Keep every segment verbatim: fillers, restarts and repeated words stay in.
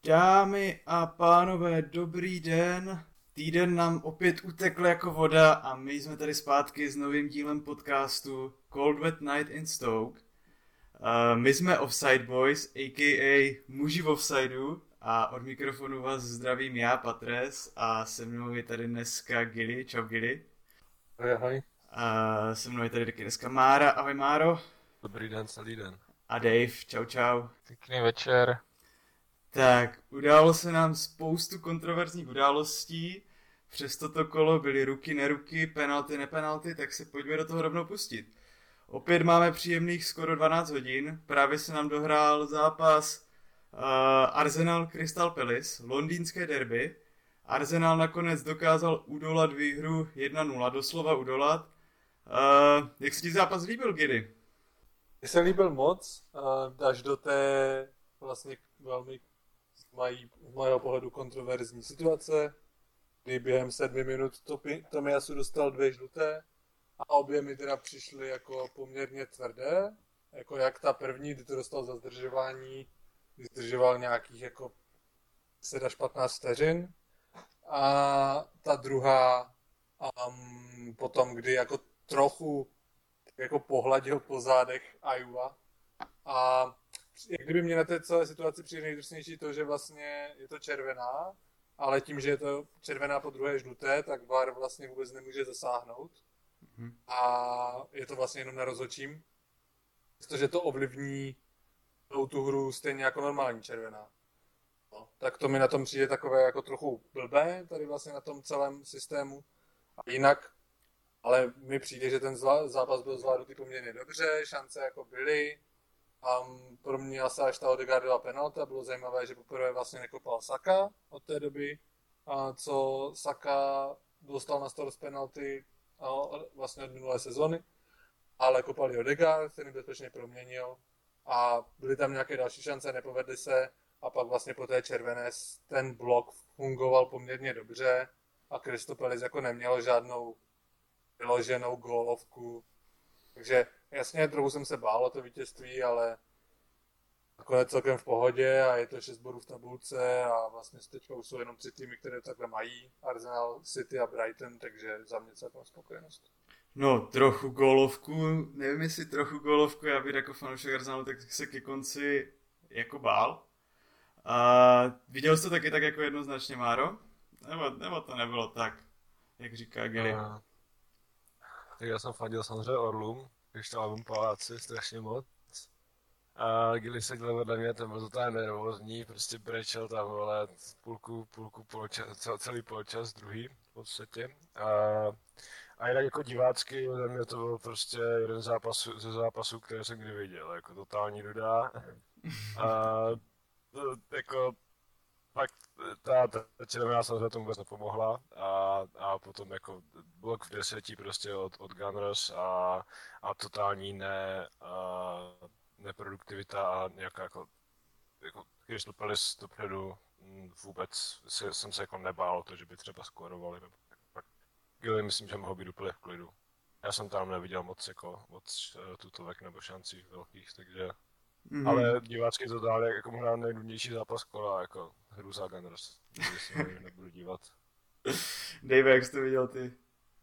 Dámy a pánové, dobrý den. Týden nám opět utekl jako voda a my jsme tady zpátky s novým dílem podcastu Cold Wet Night in Stoke. Uh, my jsme Offside Boys, a k a muži v offsideu, a od mikrofonu vás zdravím já, Patres, a se mnou je tady dneska Gilly. Čau Gilly. Ahoj, ahoj. A se mnou je tady taky dneska Mára. Ahoj Máro. Dobrý den, celý den. A Dave. Čau, čau. Pěkný večer. Tak, událo se nám spoustu kontroverzních událostí. Přes toto kolo byly ruky, neruky, penalty, nepenalty, tak se pojďme do toho rovnou pustit. Opět máme příjemných skoro dvanáct hodin. Právě se nám dohrál zápas uh, Arsenal Crystal Palace, londýnské derby. Arsenal nakonec dokázal udolat výhru jedna nula, doslova udolat. Uh, jak se ti zápas líbil, Giddy? Mně se líbil moc, uh, až do té vlastně velmi mají z mého pohledu kontroverzní situace, kdy během sedmi minut Tomiyasu dostal dvě žluté a obě mi teda přišly jako poměrně tvrdé, jako jak ta první, kdy to dostal za zdržování, kdy zdržoval nějakých jako deset až patnáct vteřin, a ta druhá um, potom, kdy jako trochu jako pohladil po zádech Ayewa. A jak kdyby mě na té celé situaci přijde nejdrsnější to, že vlastně je to červená, ale tím, že je to červená po druhé žluté, tak V A R vlastně vůbec nemůže zasáhnout. Mm-hmm. A je to vlastně jenom na rozhodčím, protože to ovlivní tu hru stejně jako normální červená. No, tak to mi na tom přijde takové jako trochu blbé, tady vlastně na tom celém systému. A jinak, ale mi přijde, že ten zápas byl zvládnutý poměrně dobře, šance jako byly. A pro mě asi až ta Odegaardova penalta, bylo zajímavé, že poprvé vlastně nekopal Saka od té doby, a co Saka dostal na start z penalty vlastně od minulé sezony, ale kopal i Odegaard, který bezpečně proměnil a byly tam nějaké další šance, nepovedly se a pak vlastně po té červené ten blok fungoval poměrně dobře a Crystal Palace jako nemělo žádnou vyloženou gólovku. Takže jasně, trochu jsem se bál o to vítězství, ale nakonec celkem v pohodě a je to šest bodů v tabulce a vlastně teďka už jsou jenom tři týmy, které takhle mají. Arsenal, City a Brighton, takže za mě celkem spokojenost. No, trochu gólovku, nevím jestli trochu gólovku, já bych jako fanoušek Arsenalu tak se ke konci jako bál. A viděl jsi to taky tak jako jednoznačně, Máro? Nebo, nebo to nebylo tak, jak říká Gilly? Uh, tak já jsem fandil samozřejmě Orlům, když to album Paláci strašně moc. A Gilly seděl vedle mě, ten byl totálně nervózní, prostě brečel tam, vole, půlku, půlku, poločas, celý poločas, druhý v podstatě. A, a jinak jako divácky, za mě to byl prostě jeden zápas, ze zápasů, které jsem kdy viděl, jako totální nuda. A to, jako fakt ta, ta, ta červená samozřejmě tomu vůbec nepomohla a, a potom jako blok v deseti prostě od, od Gunners a, a totální ne, a, neproduktivita a nějaká jako, jako Crystal Palace dopředu vůbec si, jsem se jako nebál to, že by třeba skórovali. Gilly myslím, že mohl být úplně v klidu. Já jsem tam neviděl moc jako moc tutovek nebo šancí velkých, takže mm-hmm. Ale divácky to dál jako možná nejdůležitější zápas kola, jako hru za Gunners, když se nebudu dívat. Dave, jak jsi to viděl ty?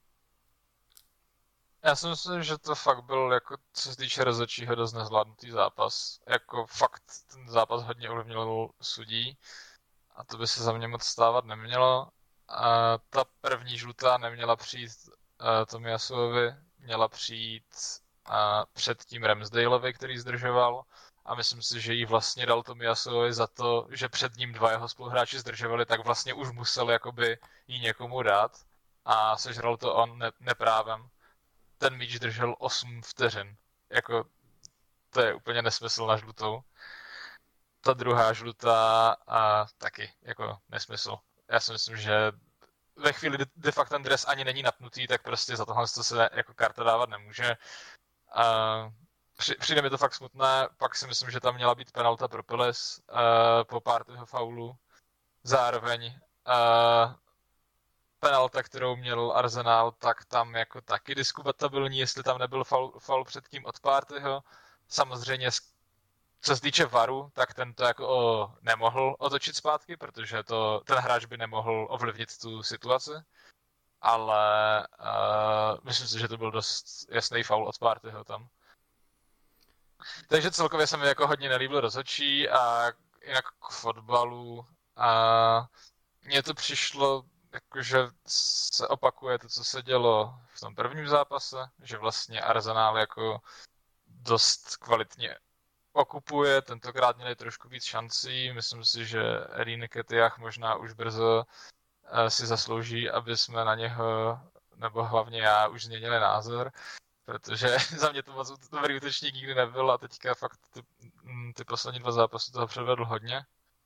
Já si myslím, že to fakt byl, jako, co se týče rozhodčího, dost nezvládnutý zápas. Jako fakt ten zápas hodně ovlivnil sudí a to by se za mě moc stávat nemělo. A ta první žlutá neměla přijít uh, Tomiyasuovi, měla přijít uh, před tím Ramsdaleovi, který zdržoval. A myslím si, že jí vlastně dal Tomiyasuovi za to, že před ním dva jeho spoluhráči zdržovali, tak vlastně už musel jakoby jí někomu dát. A sežral to on ne- neprávem. Ten míč držel osm vteřin. Jako, to je úplně nesmysl na žlutou. Ta druhá žlutá a taky, jako nesmysl. Já si myslím, že ve chvíli, kdy fakt ten dres ani není napnutý, tak prostě za tohle se jako karta dávat nemůže. A přijde mi to fakt smutné, pak si myslím, že tam měla být penalta pro Palace po Parteyho faulu. Zároveň penalta, kterou měl Arsenal, tak tam jako taky diskutabilní, jestli tam nebyl faul, faul předtím od Parteyho. Samozřejmě co se týče varu, tak ten to jako o, nemohl otočit zpátky, protože to, ten hráč by nemohl ovlivnit tu situaci. Ale uh, myslím si, že to byl dost jasný faul od Partyho tam. Takže celkově se mi jako hodně nelíbil rozhodčí a jinak k fotbalu a mně to přišlo, jakože se opakuje to, co se dělo v tom prvním zápase, že vlastně Arsenal jako dost kvalitně okupuje, tentokrát měli trošku víc šancí, myslím si, že Eddie Nketiah možná už brzo si zaslouží, aby jsme na něho, nebo hlavně já, už změnili názor, protože za mě to moc dobrý útočník nikdy nebyl a teďka fakt ty, ty poslední dva zápasy toho předvedl hodně.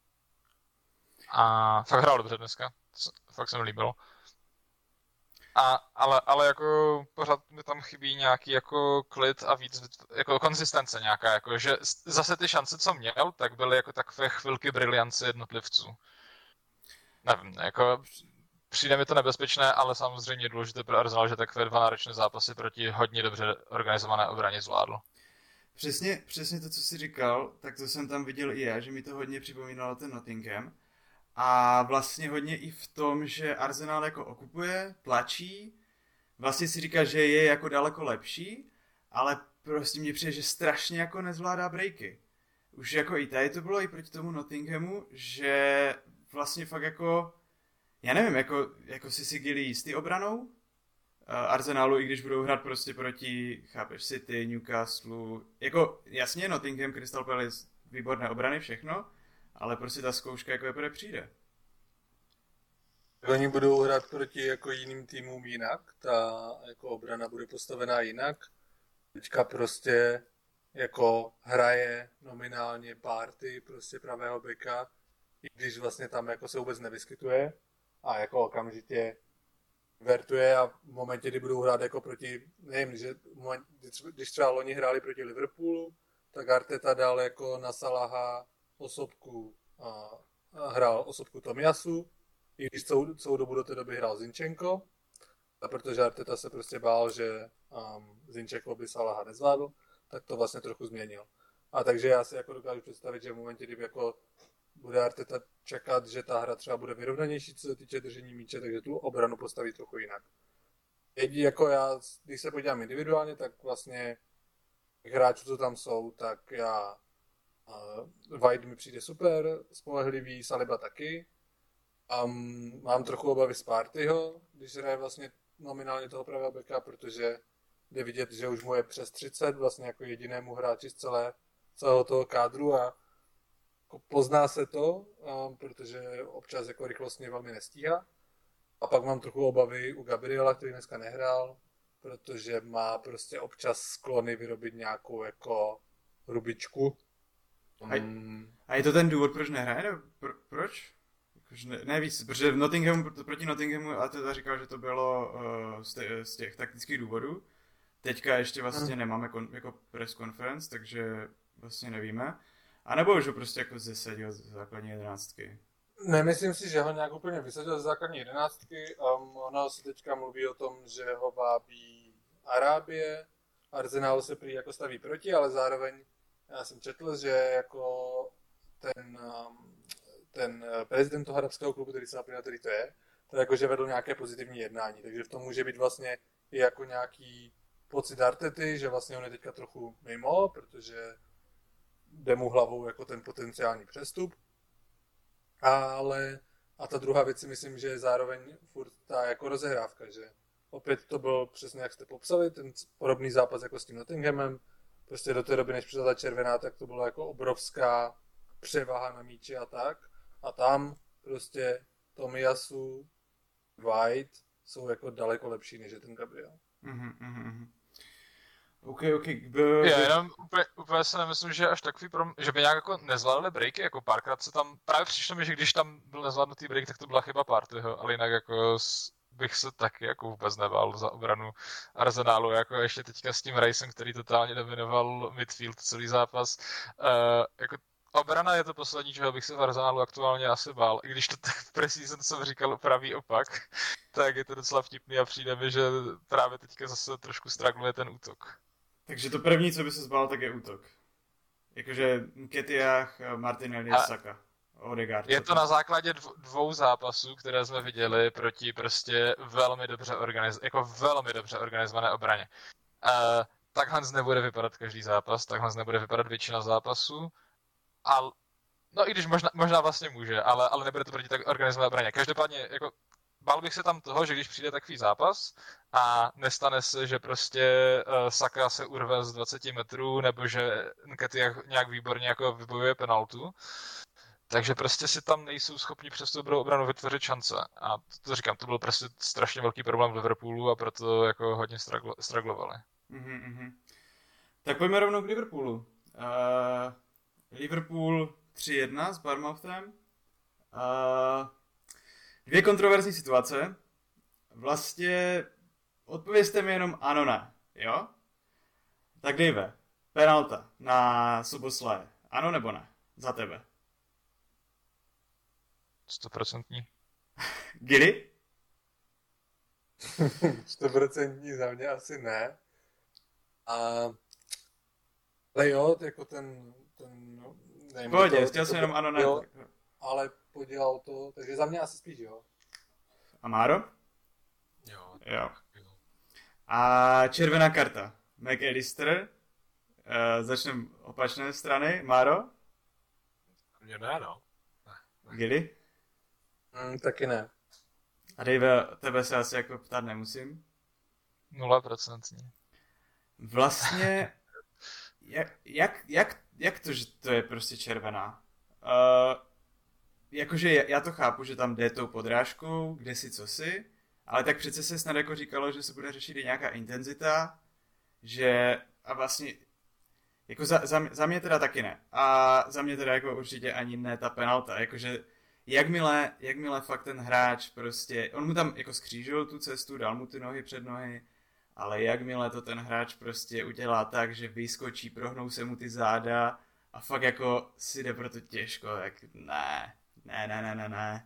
A fakt hrál dobře dneska, fakt se mi líbilo. A, ale, ale jako pořád mi tam chybí nějaký jako klid a víc jako konzistence nějaká, jako že zase ty šance, co měl, tak byly jako takové chvilky briliance jednotlivců. Nevím, jako přijde mi to nebezpečné, ale samozřejmě je důležité pro Arsenal, že takové dva náročné zápasy proti hodně dobře organizované obraně zvládl. Přesně, přesně to, co jsi říkal, tak to jsem tam viděl i já, že mi to hodně připomínalo ten Nottingham. A vlastně hodně i v tom, že Arsenal jako okupuje, tlačí, vlastně si říká, že je jako daleko lepší, ale prostě mně přijde, že strašně jako nezvládá breaky. Už jako i tady to bylo i proti tomu Nottinghamu, že vlastně fakt jako, já nevím, jako, jako si si byli jistý obranou uh, Arsenalu, i když budou hrát prostě proti, chápeš, City, Newcastle, jako jasně Nottingham, Crystal Palace, výborné obrany, všechno, ale prostě ta zkouška jako je přijde. Oni budou hrát proti jako jiným týmům jinak, ta jako obrana bude postavená jinak. Teďka prostě jako hraje nominálně Party, prostě pravého beka, i když vlastně tam jako se vůbec nevyskytuje a jako okamžitě vertuje a v momentě, kdy budou hrát jako proti, nevím, že moment, když třeba loni hráli proti Liverpoolu, tak Arteta dal jako na Salaha osobku a, a hrál osobku Tomiasu, i když celou, celou dobu do té doby hrál Zinchenko, a protože Arteta se prostě bál, že um, Zinchenko by Salaha nezvládl, tak to vlastně trochu změnil. A takže já si jako dokážu představit, že v momentě, kdy jako bude Arteta čekat, že ta hra třeba bude vyrovnanější, co se týče držení míče, takže tu obranu postaví trochu jinak. Jedí jako já, když se podívám individuálně, tak vlastně hráčů, co tam jsou, tak já uh, White mi přijde super, spolehlivý, Saliba taky. Um, mám trochu obavy z Partyho, když hraje vlastně nominálně toho pravého beka, protože jde vidět, že už mu je přes třicet, vlastně jako jedinému hráči z celé, celého toho kádru a pozná se to, um, protože občas jako rychlostně velmi nestíhá. A pak mám trochu obavy u Gabriela, který dneska nehrál, protože má prostě občas sklony vyrobit nějakou jako rubičku. A, a je to ten důvod, proč nehraje? Nebo pro, proč? Ne, ne víc, protože v Nottinghamu, proti Nottinghamu a teda říkal, že to bylo uh, z, te, z těch taktických důvodů. Teďka ještě vlastně nemáme kon, jako press conference, takže vlastně nevíme. A nebo už ho prostě jako zesadil z základní jedenáctky? Nemyslím si, že ho nějak úplně vysadil z základní jedenáctky. Um, ono se teďka mluví o tom, že ho vábí Arábie. Arsenal se prý jako staví proti, ale zároveň já jsem četl, že jako ten, um, ten prezident toho arabského klubu, který se například, který to je, to jakože vedl nějaké pozitivní jednání. Takže v tom může být vlastně i jako nějaký pocit Artety, že vlastně on je teďka trochu mimo, protože jde mu hlavou jako ten potenciální přestup. Ale a ta druhá věc si myslím, že je zároveň furt ta jako rozehrávka, že opět to byl přesně jak jste popsali, ten podobný zápas jako s tím Nottinghamem. Prostě do té doby, než přišla ta červená, tak to bylo jako obrovská převaha na míči a tak. A tam prostě Tomiyasu, White jsou jako daleko lepší, než je ten Gabriel. Mhm, mhm. OK, OK. B- Já jenom úplně, úplně se nemyslím, že až takový problém, že by nějak jako nezvládali breaky, jako párkrát se tam, právě přišlo mi, že když tam byl nezvládnutý break, tak to byla chyba Partyho, ale jinak jako bych se taky jako vůbec nebál za obranu Arsenalu, jako ještě teďka s tím Ricem, který totálně dominoval midfield celý zápas, uh, jako obrana je to poslední, čeho bych se v Arsenalu aktuálně asi bál. I když to tak v preseason jsem říkal pravý opak, tak je to docela vtipný a přijde mi, že právě teďka zase trošku stragluje ten útok. Takže to první, co by se zbál, tak je útok. Jakože Nketiah, Martinelli, A- Saka, Odegaard. Je to na základě dv- dvou zápasů, které jsme viděli proti prostě velmi dobře organiz- jako velmi dobře organizované obraně. Uh, takhle nebude vypadat každý zápas, takhle nebude vypadat většina zápasů. A no i když možná, možná vlastně může, ale, ale nebude to proti tak organizované obraně. Každopádně jako bál bych se tam toho, že když přijde takový zápas a nestane se, že prostě uh, Saka se urve z dvacet metrů, nebo že Nketiah nějak výborně jako vybojuje penaltu, takže prostě si tam nejsou schopni přes tu dobrou obranu vytvořit šance. A to, to říkám, to byl prostě strašně velký problém v Liverpoolu a proto jako hodně straglo- straglovali. Mhm, mhm. Tak pojďme rovnou k Liverpoolu. Uh, Liverpool tři jedna s Bournemouthem. Uh, dvě kontroverzní situace. Vlastně odpovězte mi jenom ano, ne. Jo? Tak Dave, penalta na Soboslaje. Ano nebo ne? Za tebe. Stoprocentní. Gilly? Stoprocentní za mě asi ne. A... Ale jo, jako ten... ten no, nevím, Pohodě, to- chtěl to- jsem jenom ano, ne. jo, ale podělal to, takže za mě asi spíš jo. A Máro? Jo. Jo. jo. A červená karta. McAllister. Uh, začneme opačné strany. Máro? Mně ne, no. Gilly? Mm, taky ne. A Dave, tebe se asi jako ptát nemusím. Nula procentní. Vlastně, jak, jak, jak, jak to, že to je prostě červená? Uh, jakože já to chápu, že tam jde tou podrážkou, kde si co si, ale tak přece se snad jako říkalo, že se bude řešit i nějaká intenzita, že a vlastně, jako za, za, za mě teda taky ne. A za mě teda jako určitě ani ne ta penalta, jakože jakmile, jakmile fakt ten hráč prostě, on mu tam jako skřížil tu cestu, dal mu ty nohy před nohy, ale jakmile to ten hráč prostě udělá tak, že vyskočí, prohnou se mu ty záda a fakt jako si jde pro to těžko, tak ne, ne, ne, ne, ne, ne.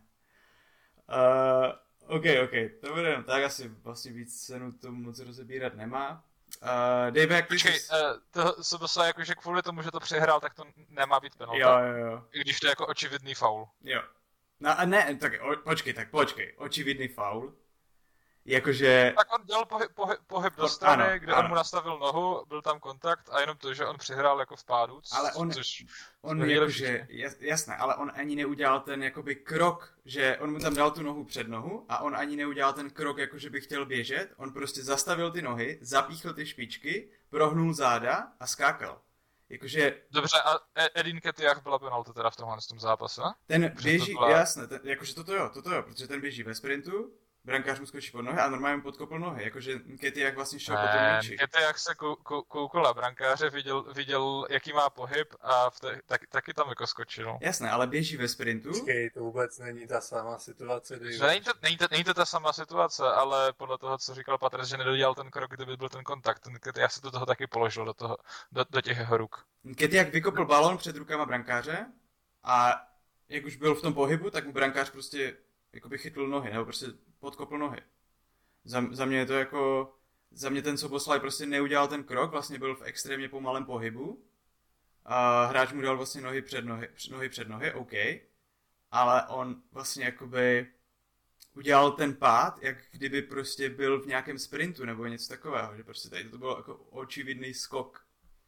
Uh, ok, ok, to bude jenom tak, asi vlastně víc cenu to moc rozebírat nemá. Uh, Dave, jak ty Počkej, jsi... uh, to Soboslaj jakože kvůli tomu, že to přehrál, tak to nemá být penalta. Jo, jo, jo. I když to je jako očividný faul. Jo. No a ne, tak o, počkej, tak počkej, očividný faul. Jakože... Tak on dělal pohyb, pohyb, pohyb do On- strany, ano, kde ano. on mu nastavil nohu, byl tam kontakt a jenom to, že on přihrál jako v pádu, c- Ale on- což On jsme viděli jakože, všichni. jas, jasné, ale on ani neudělal ten jakoby krok, že on mu tam dal tu nohu před nohu a on ani neudělal ten krok, jakože by chtěl běžet, on prostě zastavil ty nohy, zapíchl ty špičky, prohnul záda a skákal. Jakože Dobře, a E- Edin Nketiah byla penalta teda v tomhle tom zápase? ten to běží, byla- jasné, ten, jakože toto jo, toto jo, protože ten běží ve sprintu, brankář mu skočí pod nohy a normálně mu podkopl nohy, jakože Nketiah vlastně šel po tom Ne, míči. Nketiah se kou, kou, koukl na brankáře, viděl, viděl, jaký má pohyb a v te, tak, taky tam jako skočil. Jasné, ale běží ve sprintu. Počkej, to vůbec není ta samá situace. Dave. Že Není to, není, to, není to ta sama situace, ale podle toho, co říkal Patres, že nedodělal ten krok, kdyby byl ten kontakt. Ten Nketiah se do toho taky položil, do, toho, do, do těch jeho ruk. Nketiah vykopl balón před rukama brankáře a jak už byl v tom pohybu, tak mu brankář prostě jakoby chytl nohy, nebo prostě podkopl nohy. Za, za mě je to jako, za mě ten Soboslaj prostě neudělal ten krok, vlastně byl v extrémně pomalém pohybu a hráč mu dal vlastně nohy před nohy, nohy před nohy, OK, ale on vlastně jakoby udělal ten pád, jak kdyby prostě byl v nějakém sprintu nebo něco takového, že prostě tady to bylo jako očividný skok.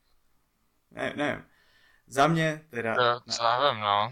Ne, ne. Za mě teda... Jo, ne. co já vím, no.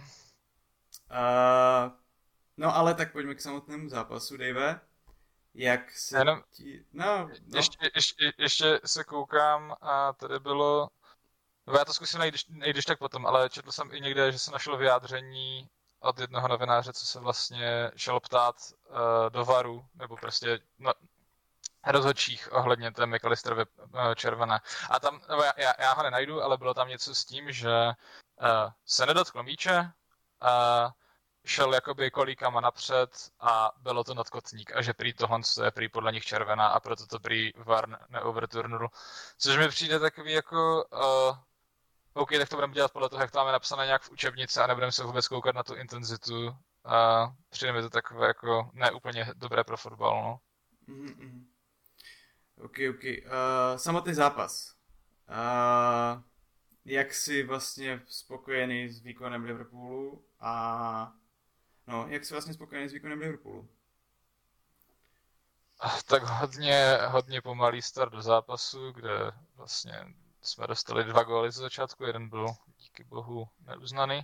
Uh, no ale tak pojďme k samotnému zápasu, Dave. Jak se Jenom- ti... No, no. Ještě, ještě, ještě se koukám a tady bylo... No já to zkusím najít, když- nejdyž tak potom, ale četl jsem i někde, že se našlo vyjádření od jednoho novináře, co se vlastně šel ptát uh, do varu, nebo prostě no, rozhodčích ohledně té McAllisterovy uh, červené. A tam, nebo já, já, já ho nenajdu, ale bylo tam něco s tím, že uh, se nedotkl míče, uh, šel jakoby kolíkama napřed a bylo to nadkotník a že prý tohle je prý podle nich červená a proto to prý V A R neoverturnul. Což mi přijde takový jako... Uh, OK, tak to budeme dělat podle toho, jak to máme napsané nějak v učebnici a nebudeme se vůbec koukat na tu intenzitu. A přijde mi to takové jako neúplně dobré pro fotbal, no. Mm-hmm. OK, OK. Uh, samotný zápas. Uh, jak jsi vlastně spokojený s výkonem Liverpoolu a no, jak jsi vlastně spokojený s výkonem Liverpoolu? Tak hodně, hodně pomalý start do zápasu, kde vlastně jsme dostali dva góly ze začátku, jeden byl díky bohu neuznaný.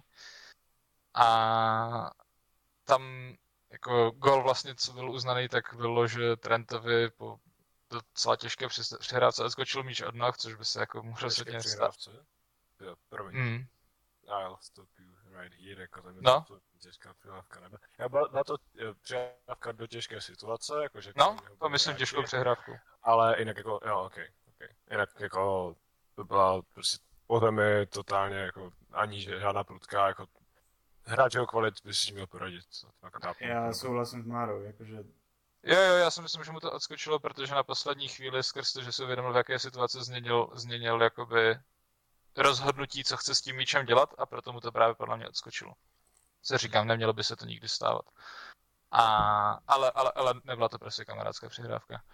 A tam jako gól vlastně, co byl uznaný, tak bylo, že Trentovi po docela těžké přihrávce odskočil míč od noh, což by se jako můželo se dělat stát. Jo, promiň. Mm. I'll stop you right here, jako tam je No. to těžká přihrávka, nebo? Já byla na to eh, přihrávka do těžké situace, jakože... No, to myslím těžkou přihrávku. Ale jinak jako, jo, ok, ok. Jinak jako, to byla prostě, podle mě totálně jako, ani žádná prudká, jako, hráčeho kvalit by si měl poradit. Já souhlasím s Márou, jakože... Jo, jo, já si myslím, že mu to odskočilo, protože na poslední chvíli skrz to, že si uvědomil, v jaké situaci změnil, změnil jakoby rozhodnutí, co chce s tím míčem dělat a proto mu to právě podle mě odskočilo. Co říkám, nemělo by se to nikdy stávat. A, ale, ale, ale nebyla to prostě kamarádská přihrávka.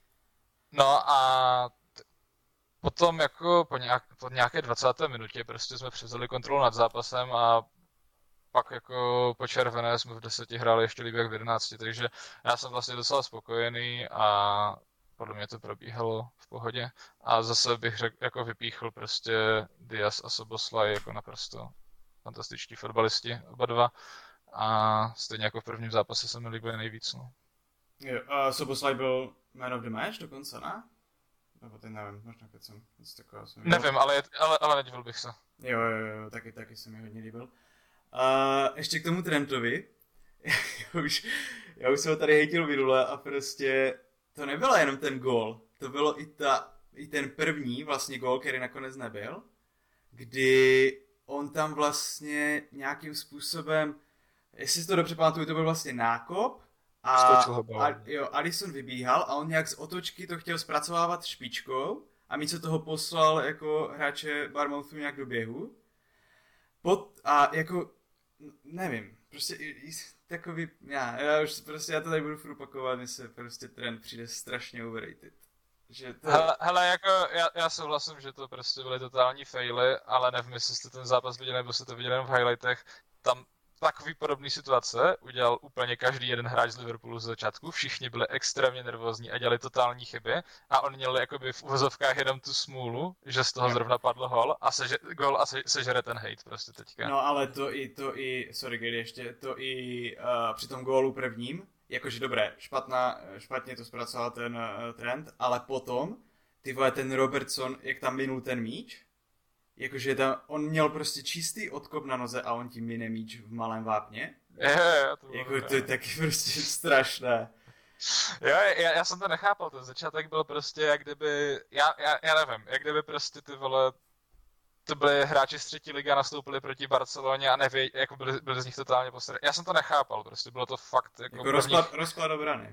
No a t- potom jako po, nějak, po nějaké dvacáté minutě prostě jsme převzali kontrolu nad zápasem a pak jako po červené jsme v deseti hráli ještě líp jak v jedenácti, takže já jsem vlastně docela spokojený a podle mě to probíhalo v pohodě. A zase bych řekl, jako vypíchl prostě Diaz a Soboslaj jako naprosto fantastičtí fotbalisti, oba dva. A stejně jako v prvním zápase se mi líbili nejvíc. No. Jo, a Soboslaj byl man of the match dokonce, ne? Nebo teď nevím, možná kecem. Nevím, ale, ale, ale nedivil bych se. Jo, jo, jo, taky, taky se mi hodně líbil. A ještě k tomu Trentovi. já, už, já už jsem ho tady hejtil minule a prostě to nebyl jenom ten gól. To bylo i, ta, i ten první vlastně gól, který nakonec nebyl. Kdy on tam vlastně nějakým způsobem, jestli si to dobře pamatuju, to byl vlastně nákop. A, a jo, Alisson vybíhal a on nějak z otočky to chtěl zpracovávat špičkou a místo toho poslal jako hráče Bournemouthu nějak do běhu. Pod, a jako, nevím, prostě i, i, takový, já, já už prostě, já to tady budu furt opakovat, mně se prostě Trent přijde strašně overrated. Že to... hele, hele, jako já, já souhlasím, že to prostě byly totální faily, ale nevím, jestli jste ten zápas viděli, nebo jste to viděli jenom v highlightech, tam takový podobný situace udělal úplně každý jeden hráč z Liverpoolu z začátku, všichni byli extrémně nervózní a dělali totální chyby a on měl jakoby v uvozovkách jenom tu smůlu, že z toho zrovna padl gol a, seže, gol a se, sežere ten hate prostě teďka. No ale to i, to i, sorry Gary, ještě, to i uh, při tom gólu prvním, jakože dobré, špatná, špatně to zpracoval ten uh, Trent, ale potom, ty vole, ten Robertson, jak tam minul ten míč, jakože tam, on měl prostě čistý odkop na noze a on tím mine míč v malém vápně. Je, je, to jako dobré. To je taky prostě strašné. Jo, já, já jsem to nechápal, ten začátek byl prostě jak kdyby, já, já, já nevím, jak kdyby prostě ty vole, to byli hráči z třetí ligy a nastoupili proti Barceloně a neví, jako byli, byli z nich totálně poslední. Já jsem to nechápal, prostě bylo to fakt jako... Jako rozklad, rozklad obrany.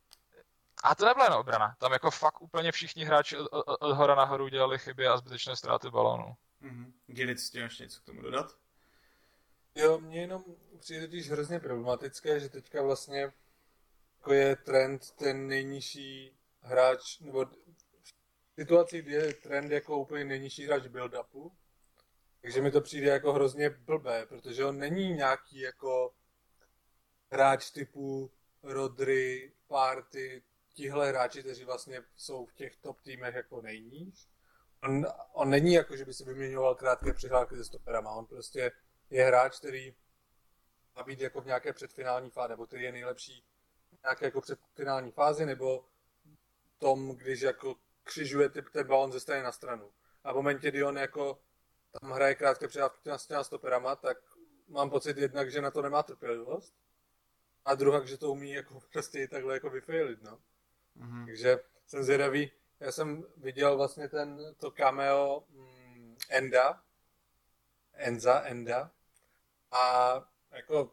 A to nebyla jen obrana, tam jako fakt úplně všichni hráči od, od, od hora nahoru dělali chyby a zbytečné ztráty balónu. Mhm. Gilic, chtěl ještě něco k tomu dodat? Jo, mně jenom přijde totiž hrozně problematické, že teďka vlastně jako je Trent ten nejnižší hráč, nebo v situaci, kdy je Trent jako úplně nejnižší hráč build-upu, takže mi to přijde jako hrozně blbé, protože on není nějaký jako hráč typu Rodri, Partey, tihle hráči, kteří vlastně jsou v těch top týmech jako nejníž. On, on není jako, že by si vyměňoval krátké přihrávky se stoperama, on prostě je hráč, který má být jako v nějaké předfinální fázi, nebo který je nejlepší v nějaké jako předfinální fázi, nebo v tom, když jako křižuje typ ten balon ze strany na stranu. A v momentě, kdy on jako tam hraje krátké přihrávky s těma stoperama, tak mám pocit jednak, že na to nemá trpělivost. A druhá, že to umí jako prostě i takhle jako vyfailit, no. Mm-hmm. Takže jsem zvědavý. Já jsem viděl vlastně ten, to cameo mm, Enda, Enza, Enda a jako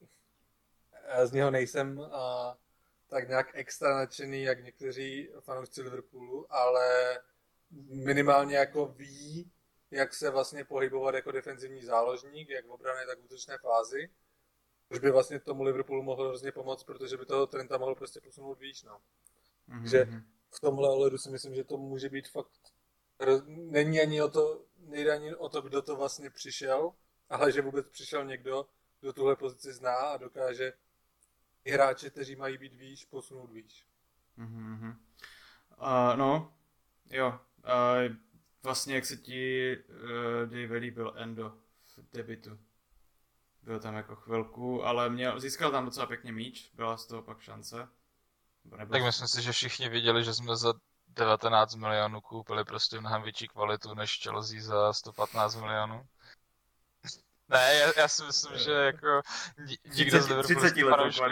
z něho nejsem a, tak nějak extra nadšený, jak někteří fanoušci Liverpoolu, ale minimálně jako ví, jak se vlastně pohybovat jako defenzivní záložník, jak v obrané, tak v útočné fázi, což by vlastně tomu Liverpoolu mohlo hrozně pomoct, protože by toho Trenta mohl prostě posunout výš, no. Mm-hmm. Že v tomhle ohledu si myslím, že to může být fakt, není ani o to, nejde ani o to, kdo to vlastně přišel, ale že vůbec přišel někdo, kdo tuhle pozici zná a dokáže i hráče, kteří mají být výš, posunout výš. Mm-hmm. Uh, no, jo. Uh, vlastně jak se ti uh, Dave líbil Endo v debitu. Byl tam jako chvilku, ale měl, získal tam docela pěkně míč, byla z toho pak šance. Tak myslím si, že všichni viděli, že jsme za devatenáct milionů koupili prostě mnohem větší kvalitu než Chelsea za sto patnáct milionů. Ne, já, já si myslím, že jako nikdo z liverpoolských fanoušků...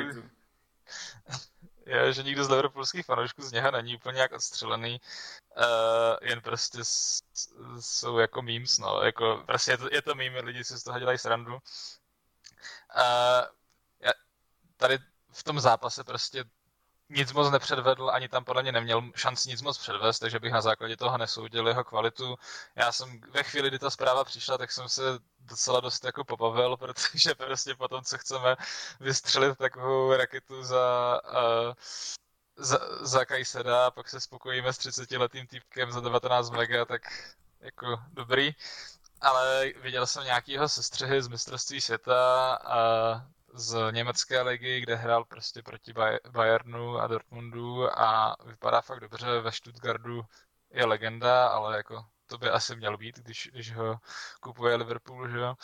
je, že nikdo z liverpoolských fanoušků z něho není úplně jak odstřelený, uh, jen prostě s, jsou jako memes, no, jako prostě je to, je to meme, lidi si z toho dělají srandu. Uh, já, tady v tom zápase prostě nic moc nepředvedl, ani tam podle mě neměl šanci nic moc předvést, takže bych na základě toho nesoudil jeho kvalitu. Já jsem ve chvíli, kdy ta zpráva přišla, tak jsem se docela dost jako pobavil, protože prostě po tom, co chceme vystřelit takovou raketu za, uh, za, za Kajseda a pak se spokojíme s třicetiletým týpkem za devatenáct mega, tak jako dobrý. Ale viděl jsem nějaký jeho sestřihy z mistrovství světa a z německé ligy, kde hrál prostě proti Bayernu a Dortmundu a vypadá fakt dobře. Ve Stuttgartu je legenda, ale jako to by asi měl být, když, když ho kupuje Liverpool, že jo.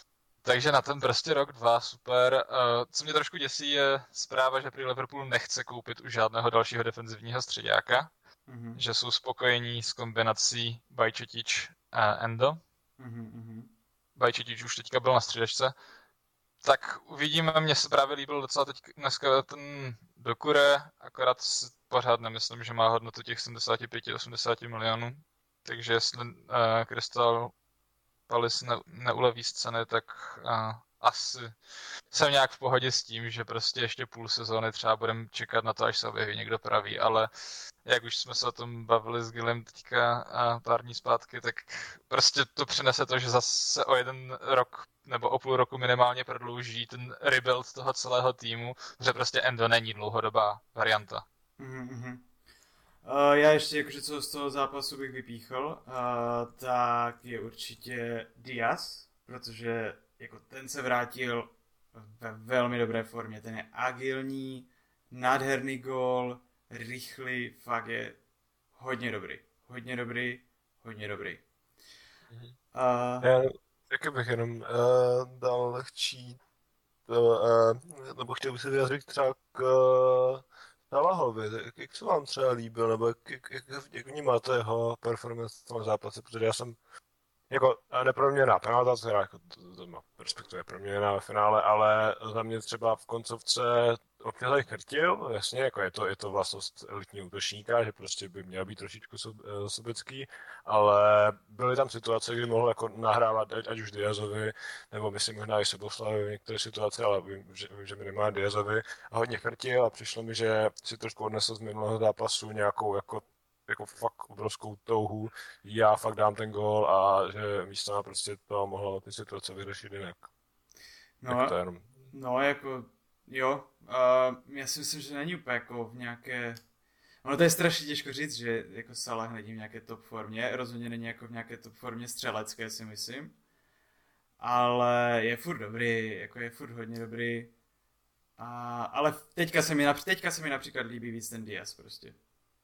Takže na ten prostě rok, dva, super. Co mě trošku děsí je zpráva, že prý Liverpool nechce koupit už žádného dalšího defenzivního středáka, mm-hmm. že jsou spokojení s kombinací Bajčetič a Endo. Mm-hmm. Bajčetič už teďka byl na středačce. Tak uvidíme, mně se právě líbil docela teď dneska ten Dokure, akorát si pořád nemyslím, že má hodnotu těch sedmdesát pět až osmdesát milionů. Takže jestli uh, Crystal Palace ne, neuleví z ceny, tak uh, asi jsem nějak v pohodě s tím, že prostě ještě půl sezóny třeba budeme čekat na to, až se objeví někdo pravý, ale jak už jsme se o tom bavili s Gilem teďka uh, pár dní zpátky, tak prostě to přinese to, že zase o jeden rok nebo o půl roku minimálně prodlouží ten rebuild toho celého týmu, že prostě Endo není dlouhodobá varianta. Mm-hmm. Uh, já ještě, jakože co z toho zápasu bych vypíchl, uh, tak je určitě Diaz, protože jako ten se vrátil ve velmi dobré formě. Ten je agilní, nádherný gól, rychlý, fakt je hodně dobrý. Hodně dobrý, hodně dobrý. Mm-hmm. Uh, já, taky bych jenom uh, dal lehčí, uh, nebo chtěl bych se vyjádřit třeba k uh, Salahovi. Jak, jak se vám třeba líbil, nebo jak, jak, jak, jak vnímáte jeho performance v tom zápase, protože já jsem jako neproměněná penalta, která jako to, to má perspektivě proměněná ve finále, ale za mě třeba v koncovce občas tady chrtil, jasně, jako je to, je to vlastnost elitního útočníka, že prostě by měl být trošičku sobecký, ale byly tam situace, kdy mohl jako nahrávat ať už Diazovi, nebo myslím možná i Soboslavi v některé situace, ale vím, že, vím, že minimálně Diazovi a hodně chrtil a přišlo mi, že si trošku odnesl z minulého zápasu nějakou jako jako fakt obrovskou touhu, já fakt dám ten gól a že místo na prostě to mohlo ty situace vyřešit jinak. No, to jenom... no jako, jo, uh, já si myslím, že není úplně jako v nějaké, ono to je strašně těžko říct, že jako Salah není v nějaké top formě, rozhodně není jako v nějaké top formě střelecké, si myslím, ale je furt dobrý, jako je furt hodně dobrý, a, ale teďka se, mi např- teďka se mi například líbí víc ten Diaz prostě.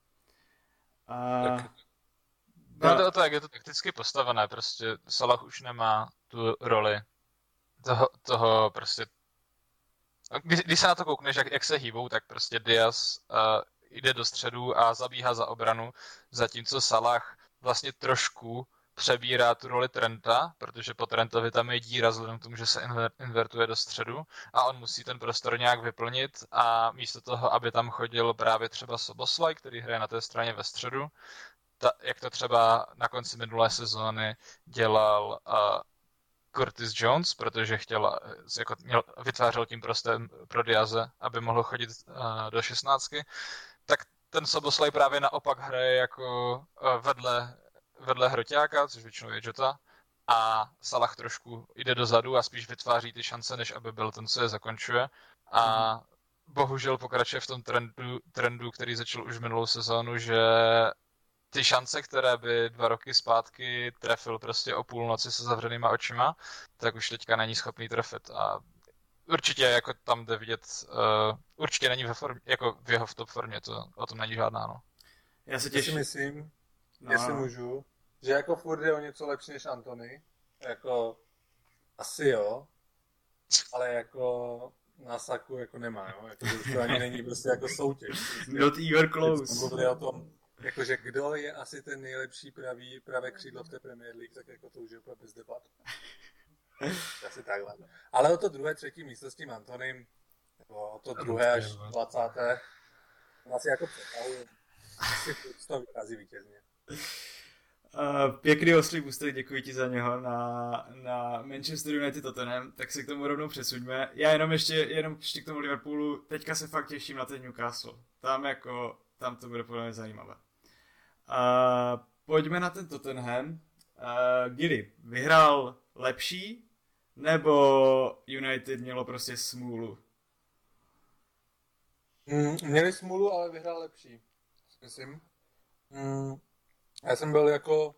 Uh, no to, to, jak je to takticky postavené, prostě Salah už nemá tu roli toho, toho prostě, když, když se na to koukneš, jak, jak se hýbou, tak prostě Diaz uh, jde do středu a zabíhá za obranu, zatímco Salah vlastně trošku přebírá tu roli Trenta, protože po Trentovi tam je díra vzhledem k tomu, že se invertuje do středu a on musí ten prostor nějak vyplnit a místo toho, aby tam chodil právě třeba Soboslaj, který hraje na té straně ve středu, ta, jak to třeba na konci minulé sezóny dělal uh, Curtis Jones, protože chtěl, jako měl, vytvářel tím prostem pro Diaze, aby mohl chodit uh, do šestnáctky, tak ten Soboslaj právě naopak hraje jako uh, vedle vedle hroťáka, což většinou je Jota, a Salah trošku jde dozadu a spíš vytváří ty šance, než aby byl ten, co je zakončuje. A mm. bohužel pokračuje v tom trendu, trendu, který začal už minulou sezónu, že ty šance, které by dva roky zpátky trefil prostě o půlnoci se zavřenýma očima, tak už teďka není schopný trefit a určitě jako tam jde vidět, uh, určitě není ve formě, jako v jeho v top formě, to o tom není žádná, no. Já se těším. Já si myslím, no. jestli můžu, že jako furt je o něco lepší než Antony, jako asi jo, ale jako na saku jako nemá, jo, jako to ani není prostě jako soutěž. Not even close. Mluvili o tom, jakože kdo je asi ten nejlepší pravý, pravé křídlo v té Premier League, tak jako to už je úplně bez debat. Asi takhle. Ale o to druhé, třetí místo s tím Antonym, nebo o to druhé až dvacáté asi jako přetahuje. Asi z toho vychází vítězně. Uh, pěkný oslý booster, děkuji ti za něho na, na Manchester United Tottenham, tak se k tomu rovnou přesuňme. Já jenom ještě, jenom ještě k tomu Liverpoolu, teďka se fakt těším na ten Newcastle. Tam jako, tam to bude podle mě zajímavé. Uh, pojďme na ten Tottenham. Uh, Gilly, vyhrál lepší, nebo United mělo prostě smůlu? Mm, měli smůlu, ale vyhrál lepší, myslím. Mm. Já jsem byl jako,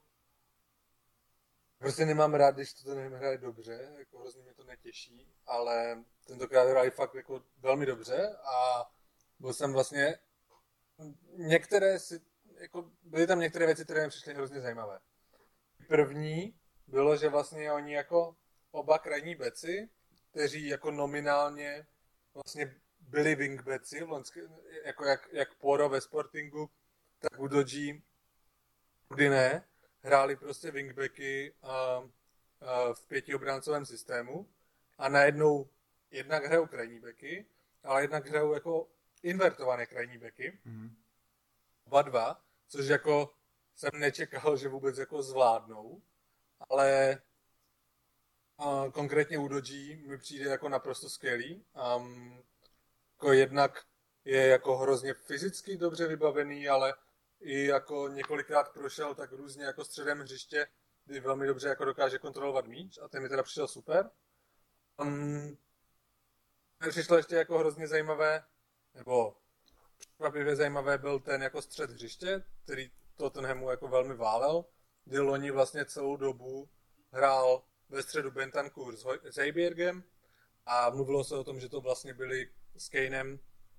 prostě nemám rád, když to ten hraje dobře, jako hrozně mě to netěší, ale tentokrát hrají fakt jako velmi dobře a byl jsem vlastně, některé si, jako byly tam některé věci, které mi přišly hrozně zajímavé. První bylo, že vlastně oni jako oba krajní beci, kteří jako nominálně vlastně byli wingbeci, jako jak, jak Poro ve Sportingu, tak u Dodži, kdy ne, hráli prostě wingbacky a, a v pětiobráncovém systému a najednou jednak hrajou krajní backy, ale jednak hrajou jako invertované krajní backy. Mm. Oba dva, což jako jsem nečekal, že vůbec jako zvládnou, ale a konkrétně u Dodži mi přijde jako naprosto skvělý. Um, jako jednak je jako hrozně fyzicky dobře vybavený, ale i jako několikrát prošel tak různě jako středem hřiště, kdy velmi dobře jako dokáže kontrolovat míč a ten mi teda přišel super. Um, přišlo ještě jako hrozně zajímavé, nebo překvapivě zajímavé byl ten jako střed hřiště, který Tottenhamu jako velmi válel, kdy loni vlastně celou dobu hrál ve středu Bentancur s Højbjergem a mluvilo se o tom, že to vlastně byli s Kanem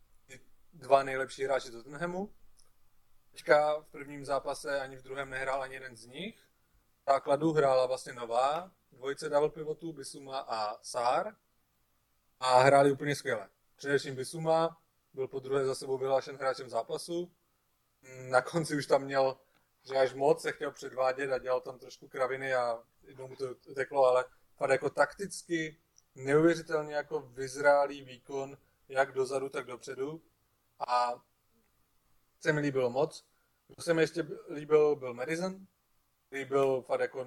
dva nejlepší hráči Tottenhamu. Teďka v prvním zápase ani v druhém nehrál ani jeden z nich. V základu hrála vlastně nová dvojice double pivotů, Bissouma a Sarr. A hráli úplně skvěle. Především Bissouma byl po druhé za sebou vyhlášen hráčem zápasu. Na konci už tam měl, že až moc se chtěl předvádět a dělal tam trošku kraviny a jednou mu to teklo, ale fakt jako takticky neuvěřitelně jako vyzrálý výkon jak dozadu, tak dopředu. A se mi líbilo moc. Kdo se mi ještě líbil, byl Madison, který byl fakt jako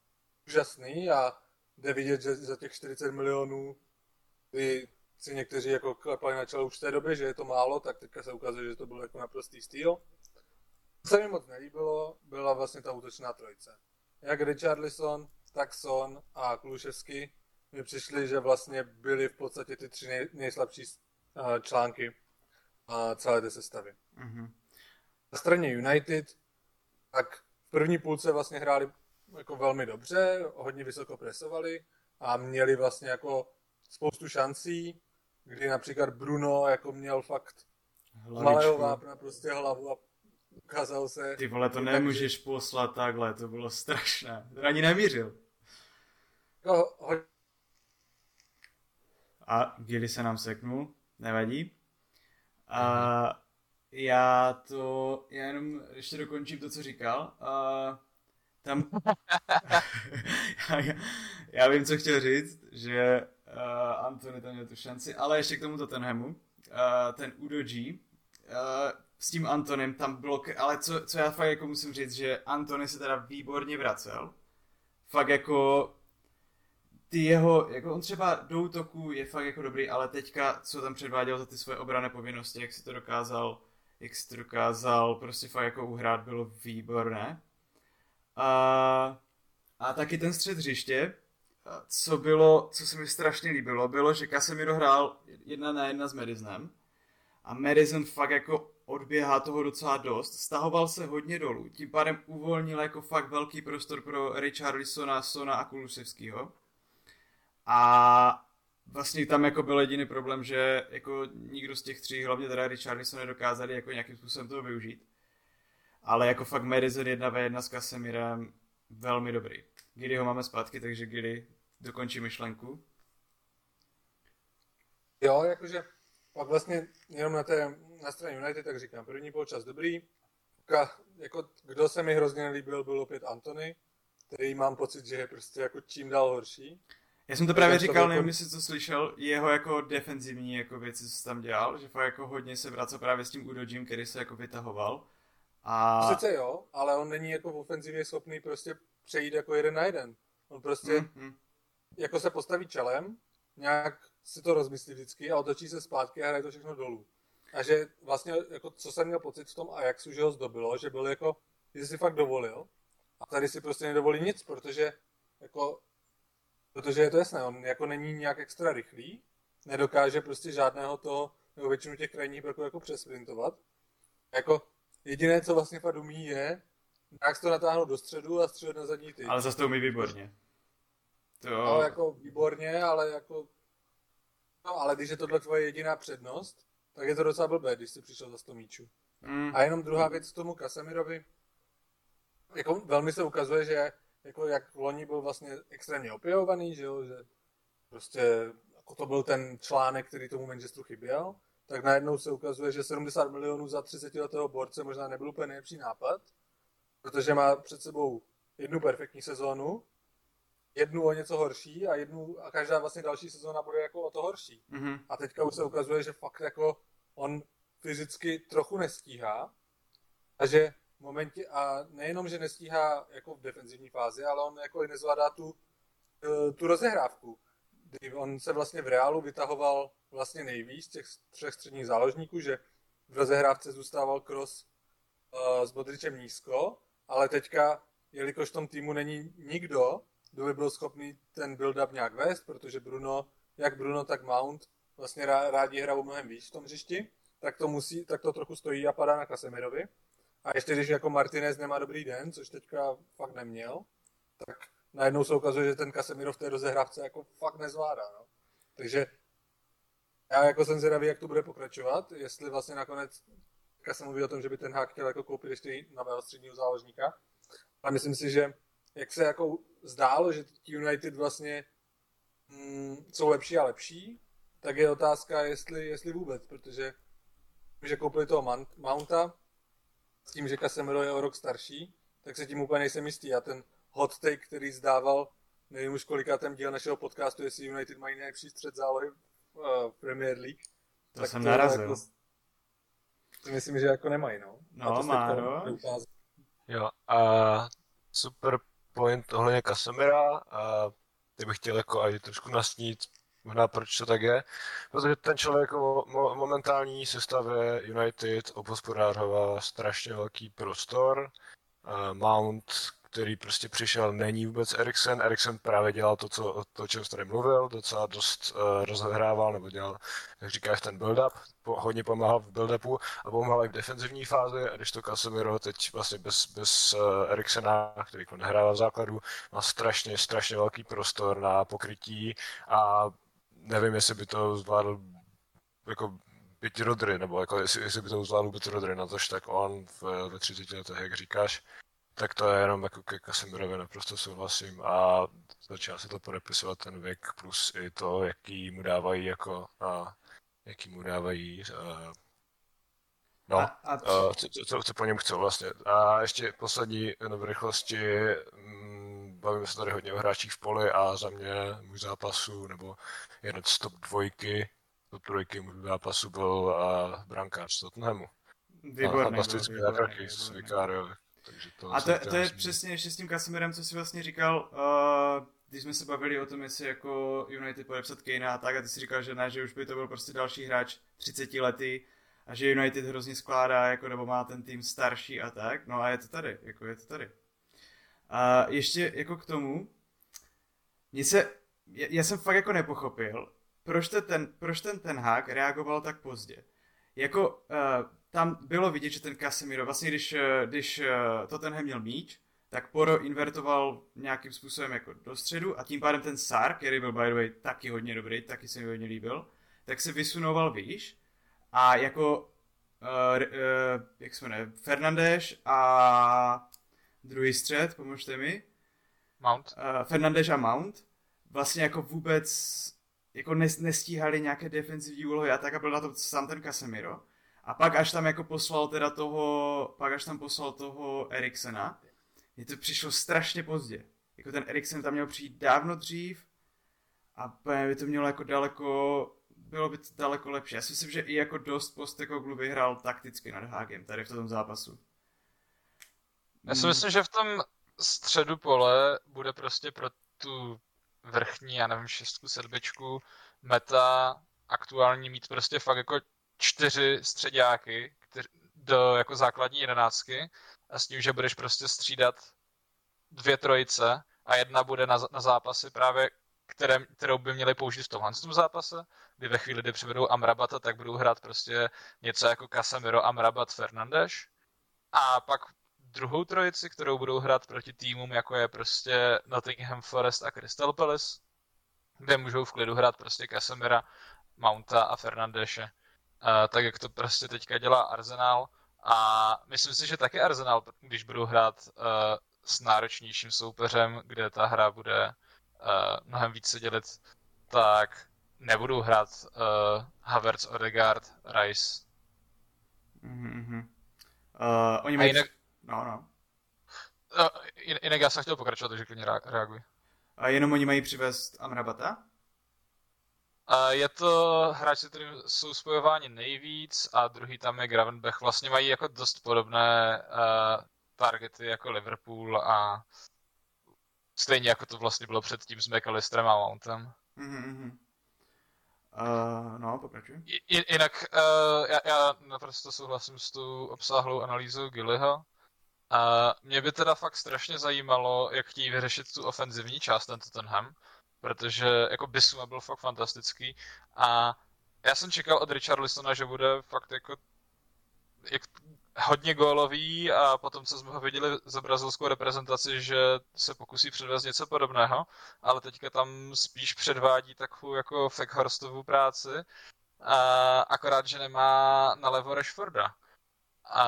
úžasný a jde vidět, že za těch čtyřicet milionů, kdy si někteří jako klepali na čelo už v té době, že je to málo, tak teďka se ukazuje, že to byl jako naprostý styl. Co se mi moc nelíbilo, byla vlastně ta útočná trojice. Jak Richarlison, tak Son a Kulusevski mi přišli, že vlastně byli v podstatě ty tři nej, nejslabší články celé té sestavy. Mm-hmm. Na straně United, tak v první půlce vlastně hráli jako velmi dobře, hodně vysoko presovali a měli vlastně jako spoustu šancí, kdy například Bruno jako měl fakt malého vápna prostě hlavu a ukázal se... Ty vole, to nemůžeš poslat takhle, to bylo strašné. To ani nemířil. Jako, ho... A Gilly se nám seknul, nevadí. A já to, já jenom ještě dokončím to, co říkal. A tam, já, já vím, co chtěl říct, že uh, Antony tam měl tu šanci, ale ještě k tomu Tottenhamu, uh, ten Udoji, uh, s tím Antonem tam bylo, ale co, co já fakt jako musím říct, že Antony se teda výborně vracel, fakt jako ty jeho, jako on třeba do útoku je fakt jako dobrý, ale teďka, co tam předváděl za ty svoje obranné povinnosti, jak si to dokázal, jak si to dokázal prostě fakt jako uhrát, bylo výborné. A, a taky ten střed hřiště, co bylo, co se mi strašně líbilo, bylo, že Casemiro hrál jedna na jedna s Madisonem a Madison fakt jako odběhá toho docela dost, stahoval se hodně dolů, tím pádem uvolnil jako fakt velký prostor pro Richarlisona, Sona a Kulusevskýho. A vlastně tam jako byl jediný problém, že jako nikdo z těch tří, hlavně teda Richarlison, nedokázali jako nějakým způsobem toho využít. Ale jako fakt Madison jedna na jedna s Casemirem velmi dobrý. Gidi ho máme zpátky, takže Gidi dokončí myšlenku. Jo, jakože pak vlastně jenom na té na straně United, tak říkám, první poločas dobrý. Ka, jako, kdo se mi hrozně nelíbil, byl opět Antony, který mám pocit, že je prostě jako čím dál horší. Já jsem to právě říkal, to nevím, jestli to slyšel, jeho jako defenzivní jako věci, co tam dělal, že fakt jako hodně se vracel právě s tím Udogim, který se jako vytahoval. A... Sice jo, ale on není jako v ofenzivě schopný prostě přejít jako jeden na jeden. On prostě mm-hmm. jako se postaví čelem, nějak si to rozmyslí vždycky a otočí se zpátky a hraje to všechno dolů. A že vlastně, jako, co jsem měl pocit v tom Ajaxu, že ho zdobilo, že byl jako, že si fakt dovolil a tady si prostě nedovolí nic, protože jako, protože je to jasné, on jako není nějak extra rychlý, nedokáže prostě žádného toho, nebo většinu těch krajních broků jako přesprintovat. Jako jediné, co vlastně fakt umí, je nějak to natáhnout do středu a středit na zadní tyč. Ale zase to umí výborně. To... No, jako výborně, ale jako, no, ale když je tohle tvoje jediná přednost, tak je to docela blbé, když jsi přišel za sto míčů. Mm. A jenom druhá věc k tomu Casemirovi. Jako velmi se ukazuje, že jako jak v loni byl vlastně extrémně opěvovaný, že jo, že prostě jako to byl ten článek, který tomu Manchesteru chyběl, tak najednou se ukazuje, že sedmdesát milionů za třicetiletého borce možná nebyl úplně nejlepší nápad, protože má před sebou jednu perfektní sezónu, jednu o něco horší a jednu a každá vlastně další sezóna bude jako o to horší. Mm-hmm. A teďka už se ukazuje, že fakt jako on fyzicky trochu nestíhá a že v momentě, a nejenom, že nestíhá jako v defenzivní fázi, ale on jako i nezvládá tu, tu rozehrávku. Kdy on se vlastně v Reálu vytahoval vlastně nejvíc těch třech středních záložníků, že v rozehrávce zůstával Kroos uh, s Modričem nízko, ale teďka, jelikož v tom týmu není nikdo, kdo by byl schopný ten build-up nějak vést, protože Bruno, jak Bruno, tak Mount vlastně rádi hrajou mnohem víc v tom hřišti, tak to musí, tak to trochu stojí a padá na Casemirovi. A ještě když jako Martinez nemá dobrý den, což teďka fakt neměl, tak najednou se ukazuje, že ten Casemiro v té rozehrávce jako fakt nezvládá. No. Takže já jako jsem zvědavý, jak to bude pokračovat, jestli vlastně nakonec, jak jsem mluvil o tom, že by ten Hák chtěl jako koupit ještě nového středního záložníka. A myslím si, že jak se jako zdálo, že ti United vlastně mm, jsou lepší a lepší, tak je otázka, jestli, jestli vůbec, protože že koupili toho Mounta, s tím, že Casemiro je o rok starší, tak se tím úplně nejsem jistý. A ten hot take, který zdával, nevím už kolikátém díl našeho podcastu, jestli United mají nejlepší střed zálohy v uh, Premier League. To tak jsem to narazil. Jako, si myslím, že jako nemají, no. No, má, no. Jo, a super point ohledně Casemira, a ty bych chtěl jako aj trošku nastínit, možná proč to tak je, protože ten člověk o mo- momentální sestavě United obhospodářoval strašně velký prostor, uh, Mount, který prostě přišel, není vůbec Eriksen. Eriksen právě dělal to, co, to o čem jsi tady mluvil, docela dost uh, rozehrával, nebo dělal, jak říkáš, ten build-up, po, hodně pomáhal v build-upu a pomáhal i v defenzivní fázi, a když to Casemiro teď vlastně bez, bez uh, Eriksena, který nehrává v základu, má strašně, strašně velký prostor na pokrytí a nevím, jestli by to zvládl jako byť Rodri, nebo jako jestli, jestli by to zvládl byť Rodri, na tož tak on v, ve třiceti letech, jak říkáš. Tak to je jenom jako ke Casemirovi naprosto souhlasím a začíná se to podepisovat ten věk plus i to, jaký mu dávají jako a jaký mu dávají a, no, a, a co, co, co po něm chcou vlastně. A ještě poslední no, v rychlosti, m, bavíme se tady hodně o hráčích v poli a za mě můj zápasu, nebo jeden z top dvojky, top trojky můj zápasu byl a, brankář z Tottenhamu. Výborný. Fantastický zákrky z Vicario. To a to, to je přesně ještě s tím Casemirem, co jsi vlastně říkal, uh, když jsme se bavili o tom, jestli jako United podepsat Kanea a tak, a ty jsi říkal, že ne, že už by to byl prostě další hráč třicetiletý a že United hrozně skládá, jako, nebo má ten tým starší a tak, no a je to tady, jako je to tady. A ještě jako k tomu, mě se, já, já jsem fakt jako nepochopil, proč ten, proč ten Ten Hag reagoval tak pozdě. jako uh, tam bylo vidět, že ten Casemiro, vlastně když, když uh, Tottenham měl míč, tak Poro invertoval nějakým způsobem jako do středu a tím pádem ten Sár, který byl by the way taky hodně dobrý, taky se mi hodně líbil, tak se vysunoval výš a jako, uh, uh, jak se jmenuje, Fernandes a druhý střed, pomožte mi. Mount. Uh, Fernandes a Mount vlastně jako vůbec jako nestíhali nějaké defenzivní úlohy a tak a byl na to sám ten Casemiro. A pak až tam jako poslal teda toho, pak až tam poslal toho Eriksena, mně to přišlo strašně pozdě. Jako ten Eriksen tam měl přijít dávno dřív a by to mělo jako daleko, bylo by to daleko lepší. Já si myslím, že i jako dost Postecoglou vyhrál takticky nad Hágem tady v tom zápasu. Já si myslím, že v tom středu pole bude prostě pro tu vrchní, já nevím, šestku, sedmičku meta aktuální mít prostě fakt jako čtyři středáky do jako základní jedenáctky a s tím, že budeš prostě střídat dvě trojice a jedna bude na, na zápasy právě, které, kterou by měli použít v tomhle zápase, kdy ve chvíli, kdy přivedou Amrabata, tak budou hrát prostě něco jako Casemiro, Amrabat, Fernandes a pak druhou trojici, kterou budou hrát proti týmům, jako je prostě Nottingham Forest a Crystal Palace, kde můžou v klidu hrát prostě Casemira, Mounta a Fernandese. Uh, tak jak to prostě teďka dělá Arsenal a myslím si, že taky Arsenal, když budou hrát uh, s náročnějším soupeřem, kde ta hra bude uh, mnohem víc se dělit, tak nebudou hrát uh, Havertz, Odegaard, Rice. Mm-hmm. Uh, oni mají... jinak... No, no. Uh, jinak já jsem chtěl pokračovat, takže klidně reaguj. A jenom oni mají přivést Amrabata? Uh, je to hráč, se kterým jsou spojováni nejvíc a druhý tam je Gravenberch. Vlastně mají jako dost podobné uh, targety jako Liverpool a stejně jako to vlastně bylo předtím s McAllisterem a Mountem. Mm-hmm. Uh, no, pokračuj. I, jinak uh, já, já naprosto souhlasím s tou obsáhlou analýzou Gillyho. Uh, mě by teda fakt strašně zajímalo, jak chtějí vyřešit tu ofenzivní část ten Tottenham, protože jako Bissouma byl fakt fantastický a já jsem čekal od Richarlisona, že bude fakt jako jak, hodně gólový a potom, co jsme ho viděli za brazilskou reprezentaci, že se pokusí předvést něco podobného, ale teďka tam spíš předvádí takovou jako Weghorstovu práci, a akorát, že nemá nalevo Rashforda. A,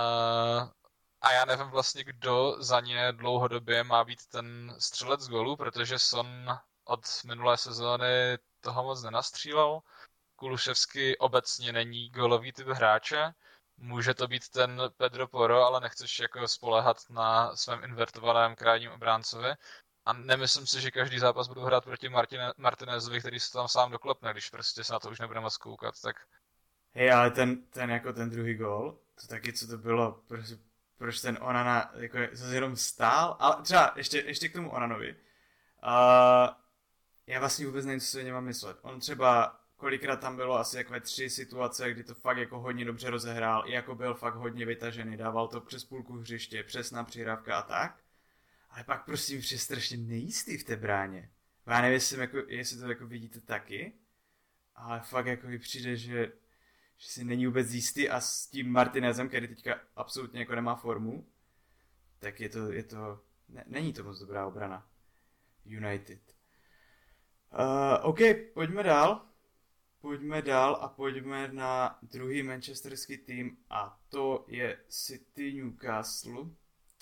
a já nevím vlastně, kdo za ně dlouhodobě má být ten střelec gólů, protože Son od minulé sezóny toho moc nenastřílel. Kulusevsky obecně není gólový typ hráče. Může to být ten Pedro Porro, ale nechceš jako spoléhat na svém invertovaném krajním obráncovi. A nemyslím si, že každý zápas budu hrát proti Martine, Martinezovi, který se tam sám doklepne, když prostě se na to už nebude moc koukat, tak... Hej, ale ten, ten jako ten druhý gól, to taky, co to bylo, proč, proč ten Onana jako zase jenom stál, ale třeba ještě, ještě k tomu Onanovi. Uh, já vlastně vůbec nevím, co se o něm mám myslet. On třeba, kolikrát tam bylo asi takové tři situace, kdy to fakt jako hodně dobře rozehrál, i jako byl fakt hodně vytažený, dával to přes půlku hřiště, přesná přihrávka a tak. Ale pak prostě už je strašně nejistý v té bráně. Já nevím, jestli, jako, jestli to jako vidíte taky, ale fakt jako mi přijde, že, že si není vůbec jistý a s tím Martinezem, který teďka absolutně jako nemá formu, tak je to, je to ne, není to moc dobrá obrana United. Uh, OK, pojďme dál. Pojďme dál a pojďme na druhý manchesterský tým a to je City Newcastle. Uh,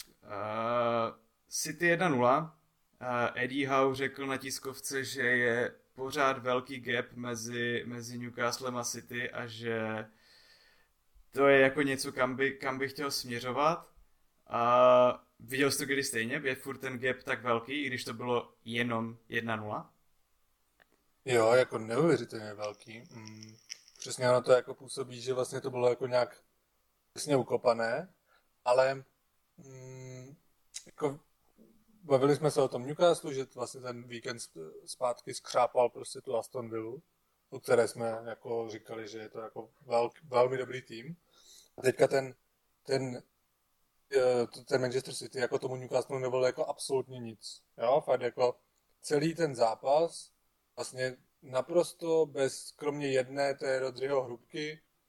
City jedna nula. Uh, Eddie Howe řekl na tiskovce, že je pořád velký gap mezi, mezi Newcastlem a City a že to je jako něco, kam by, kam by chtěl směřovat. Uh, viděl jsi to kdy stejně? Je furt ten gap tak velký, i když to bylo jenom jedna nula? Jo, jako neuvěřitelně velký. Mm, přesně ono to jako působí, že vlastně to bylo jako nějak přesně ukopané, ale mm, jako bavili jsme se o tom Newcastle, že vlastně ten víkend zpátky skřápal prostě tu Aston Villu, o které jsme jako říkali, že je to jako velk, velmi dobrý tým. A teďka ten, ten, ten Manchester City jako tomu Newcastle nebylo jako absolutně nic. Jo, fakt jako celý ten zápas vlastně naprosto bez, kromě jedné té Rodriho hrubky,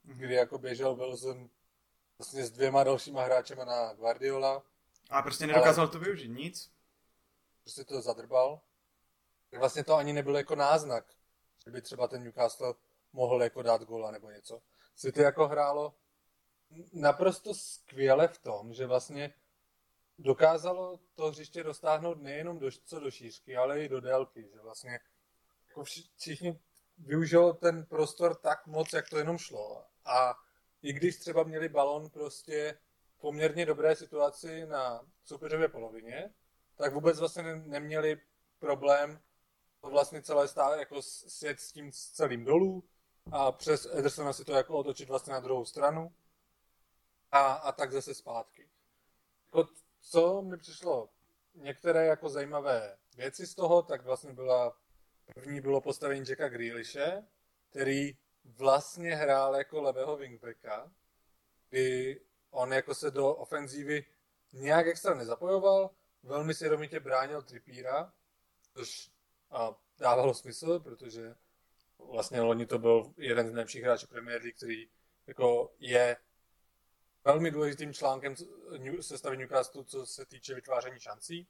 kdy jako běžel Wilson vlastně s dvěma dalšíma hráčema na Guardiola. A prostě nedokázal ale to využít, nic? Prostě to zadrbal. Tak vlastně to ani nebyl jako náznak, že by třeba ten Newcastle mohl jako dát góla nebo něco. City jako hrálo naprosto skvěle v tom, že vlastně dokázalo to hřiště roztáhnout nejenom do, co do šířky, ale i do délky, že vlastně jako všichni využilo ten prostor tak moc, jak to jenom šlo. A i když třeba měli balon prostě v poměrně dobré situaci na soupeřově polovině, tak vůbec vlastně neměli problém to vlastně celé stále jako sjet s tím celým dolů a přes Edersona si to jako otočit vlastně na druhou stranu a, a tak zase zpátky. Jako, co mi přišlo některé jako zajímavé věci z toho, tak vlastně byla první bylo postavení Jacka Grealishe, který vlastně hrál jako levého wingbacka, kdy on jako se do ofenzívy nějak extra nezapojoval, velmi svědomitě bránil Trippiera, což a, dávalo smysl, protože vlastně loni to byl jeden z nejlepších hráčů Premier League, který jako je velmi důležitým článkem sestavy Newcastle, co se týče vytváření šancí.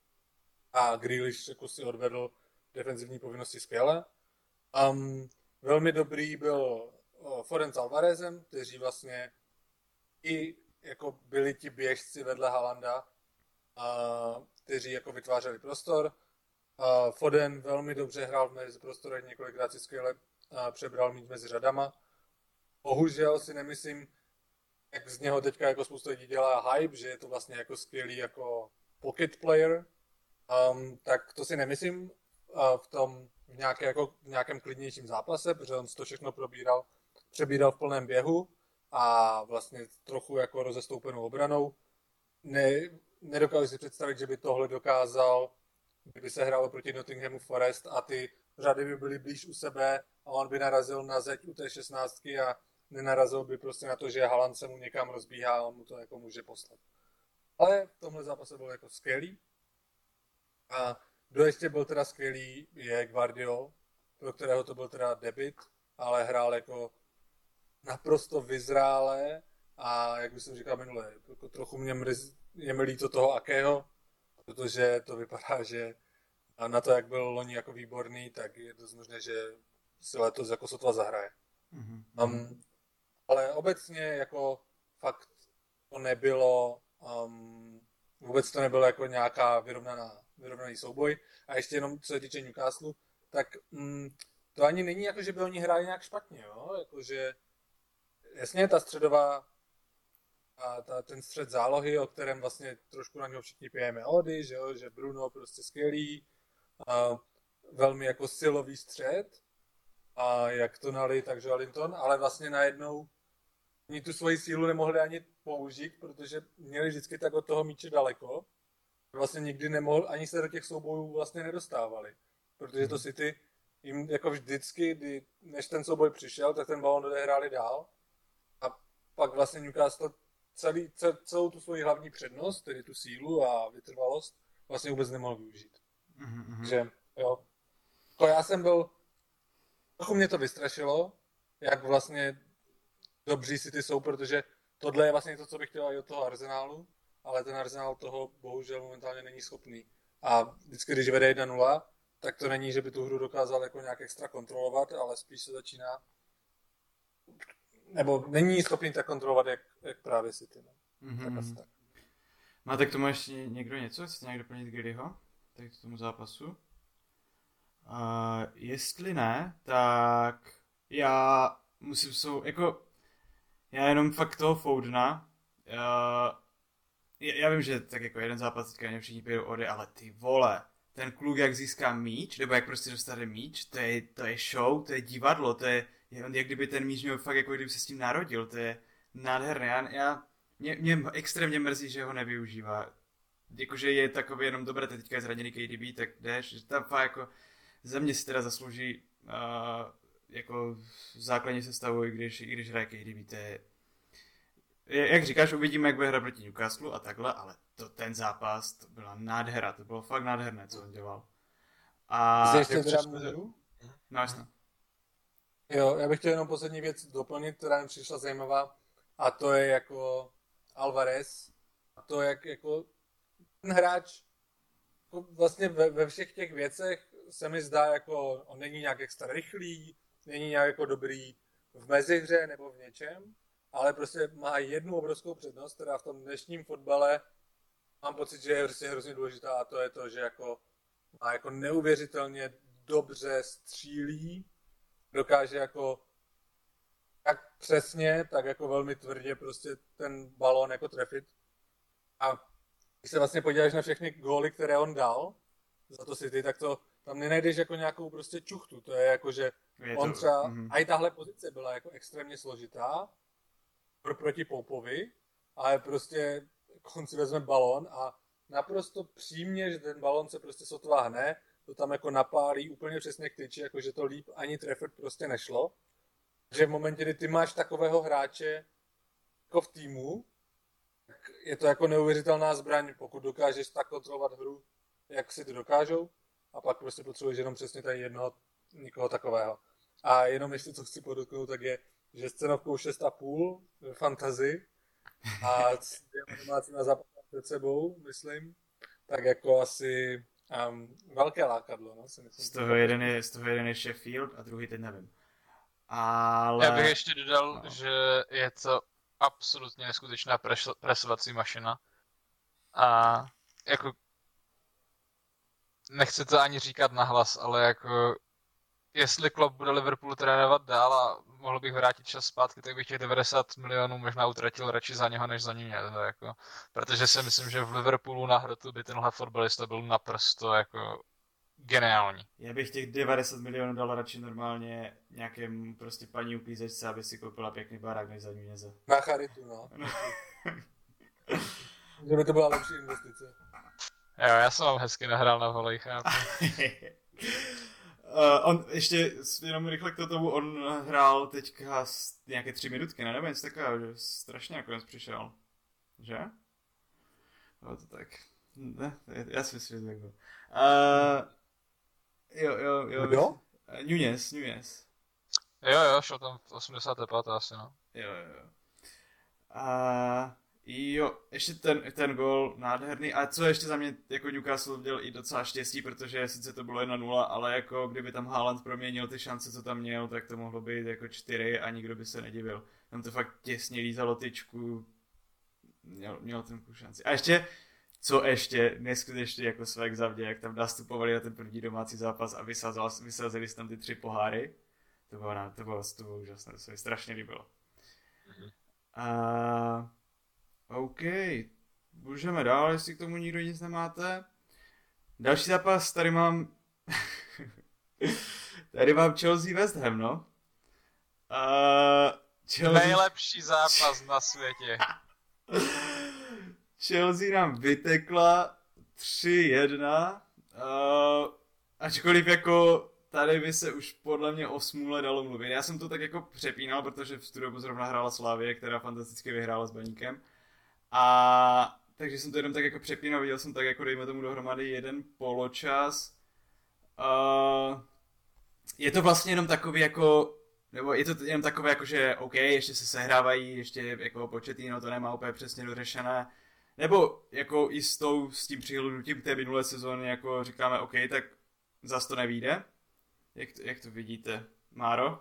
A Grealish jako si odvedl defenzivní povinnosti skvěle. Um, velmi dobrý byl uh, Foden s Alvarezem, kteří vlastně i jako byli ti běžci vedle Haalanda, uh, kteří jako vytvářeli prostor. Uh, Foden velmi dobře hrál v mezi prostorech, několikrát si skvěle uh, přebral míč mezi řadama. Bohužel si nemyslím, jak z něho teďka jako spousta lidí dělá hype, že je to vlastně jako skvělý jako pocket player, um, tak to si nemyslím uh, v tom v, nějaké, jako, v nějakém klidnějším zápase, protože on to všechno probíral, přebíral v plném běhu a vlastně trochu jako rozestoupenou obranou. Ne, nedokážu si představit, že by tohle dokázal, kdyby se hrálo proti Nottinghamu Forest a ty řady by byly blíž u sebe a on by narazil na zeď u té šestnáctky a nenarazil by prostě na to, že Haaland se mu někam rozbíhá a on mu to jako může poslat. Ale v tomhle zápase byl jako skvělý. A kdo ještě byl teda skvělý je Gvardiol, pro kterého to byl teda debut, ale hrál jako naprosto vyzrále a jak už jsem říkal minule, jako trochu mě mrzí, je mi líto toho Akeho, protože to vypadá, že na to, jak byl loni jako výborný, tak je dost možné, že si letos jako sotva zahraje. Mm-hmm. Um, ale obecně jako fakt to nebylo, um, vůbec to nebylo jako nějaká vyrovnaná, vyrovnaný souboj. A ještě jenom co se týče Newcastle, tak um, to ani není jako, že by oni hráli nějak špatně, jo? Jakože jasně ta středová a ta, ten střed zálohy, o kterém vlastně trošku na něho všichni pijeme ody, že, jo? Že Bruno prostě skvělý, a velmi jako silový střed, a jak to nali, tak Joelinton, ale vlastně najednou oni tu svoji sílu nemohli ani použít, protože měli vždycky tak od toho míče daleko. Vlastně nikdy nemohl, ani se do těch soubojů vlastně nedostávali. Protože to City jim jako vždycky, kdy, než ten souboj přišel, tak ten balón odehráli dál. A pak vlastně Newcastle celý, celou tu svoji hlavní přednost, tedy tu sílu a vytrvalost, vlastně vůbec nemohl využít. Mm-hmm. Takže jo, to já jsem byl trochu mě to vystrašilo, jak vlastně dobří City jsou, protože tohle je vlastně to, co bych chtěl i od toho Arsenálu, ale ten Arsenal toho bohužel momentálně není schopný. A vždycky, když vede jedna nula, tak to není, že by tu hru dokázal jako nějak extra kontrolovat, ale spíš se začíná, nebo není schopný tak kontrolovat, jak, jak právě City. No. Mm-hmm. Tak asi tak. Máte k tomu ještě někdo něco? Chcete nějak doplnit Gillyho? Tak k tomu zápasu? Uh, jestli ne, tak já musím sou, jako já jenom fakt toho Foudna, uh, já, já vím, že tak jako jeden zápas teďka ne všichni pijou ody, ale ty vole, ten kluk jak získá míč, nebo jak prostě dostane míč, to je, to je show, to je divadlo, to je, je jak kdyby ten míč měl fakt jako kdyby se s tím narodil, to je nádherné, já, já mě, mě extrémně mrzí, že ho nevyužívá, jakože je takový jenom dobré, teďka je zraněný K D B, tak jdeš, že tam fakt jako za mě si teda zaslouží uh, jako základní sestavu, i když, i když hraje K D B, to je, jak říkáš, uvidíme, jak bude hra proti Newcastle a takhle, ale to, ten zápas, to byla nádhera, to bylo fakt nádherné, co on dělal. A Jsi ještě teda můžu? No jasně. Jo, já bych chtěl jenom poslední věc doplnit, která mi přišla zajímavá, a to je jako Alvarez, a to jak jako ten hráč jako vlastně ve, ve všech těch věcech se mi zdá jako, on není nějak extra rychlý, není nějak jako dobrý v mezihře nebo v něčem, ale prostě má jednu obrovskou přednost, která v tom dnešním fotbale mám pocit, že je prostě hrozně důležitá, a to je to, že jako má jako neuvěřitelně dobře střílí, dokáže jako tak přesně, tak jako velmi tvrdě prostě ten balón jako trefit. A když se vlastně podíváš na všechny góly, které on dal za to City, tak to tam nenajdeš jako nějakou prostě čuchtu. To je jako, že je on to, třeba, mm. a i tahle pozice byla jako extrémně složitá pro, proti Poupovi, ale prostě on si vezme balón a naprosto přímě, že ten balón se prostě sotva hne, to tam jako napálí úplně přesně k tyči, jako že to líp ani trefit prostě nešlo. Že v momentě, kdy ty máš takového hráče jako v týmu, tak je to jako neuvěřitelná zbraň, pokud dokážeš tak kontrolovat hru, jak si ty dokážou, a pak prostě potřebuješ jenom přesně tady jednoho, nikoho takového. A jenom ještě co chci podotknout, tak je, že s cenovkou šest a půl ve fantasy a s dvěma domácíma zápasem před sebou, myslím, tak jako asi um, velké lákadlo, no, si myslím. Z toho, jeden je, z toho jeden je Sheffield a druhý teď nevím. Ale... Já bych ještě dodal, no. že je to absolutně neskutečná pres- presovací mašina. A jako nechci to ani říkat nahlas, ale jako jestli Klopp bude Liverpoolu trénovat dál a mohl bych vrátit čas zpátky, tak bych těch devadesát milionů možná utratil radši za něho, než za ní. Jako, protože si myslím, že v Liverpoolu na hrotu by tenhle fotbalista byl naprosto jako geniální. Já bych těch devadesát milionů dal radši normálně nějakém prostě paní uklízečce, aby si koupila pěkný barák, než za Núñeze. Na charitu, no. Že by to byla lepší investice. Jo, já jsem vám hezky nahrál na volej, chápu. Uh, on ještě jenom rychle k tomu, on hrál teďka nějaké tři minutky, ne? Nebo něco takového, že strašně nakonec přišel. Že? No to tak. Ne, já si myslím, že tak bylo. Uh, jo, jo, jo. Kdo? Núñez, Núñez. Jo, jo, šel tam v osmdesátém pátém asi, no. Jo, jo, jo. Uh, jo, ještě ten, ten gól nádherný. A co ještě za mě, jako Newcastle měl i docela štěstí, protože sice to bylo jedna nula, ale jako kdyby tam Haaland proměnil ty šance, co tam měl, tak to mohlo být jako čtyři a nikdo by se nedivil. Tam to fakt těsně lízalo tyčku. Měl, měl ten půl šanci. A ještě, co ještě, neskutečně jako svek zavdě, jak tam nastupovali na ten první domácí zápas a vysázali, vysázeli tam ty tři poháry. To bylo, to bylo, to bylo úžasné, to se mi strašně líbilo. Mhm. A... OK, můžeme dál, jestli k tomu nikdo nic nemáte. Další zápas, tady mám... tady mám Chelsea West Ham, no. Uh, Chelsea... Nejlepší zápas na světě. Chelsea nám vytekla tři jedna. Uh, ačkoliv jako tady by se už podle mě o smůle dalo mluvit. Já jsem to tak jako přepínal, protože v tu dobu zrovna hrála Slavie, která fantasticky vyhrála s Baníkem. A takže jsem to jenom tak jako přepínal, viděl jsem tak jako dejme tomu dohromady jeden poločas. Uh, je to vlastně jenom takový jako, nebo je to jenom takové jako, že OK, ještě se sehrávají, ještě jako Pochettino to nemá úplně přesně dořešené. Nebo jako i s, tou, s tím přihlednutím té minulé sezóny jako říkáme OK, tak zas to nevyjde. Jak to, jak to vidíte, Máro?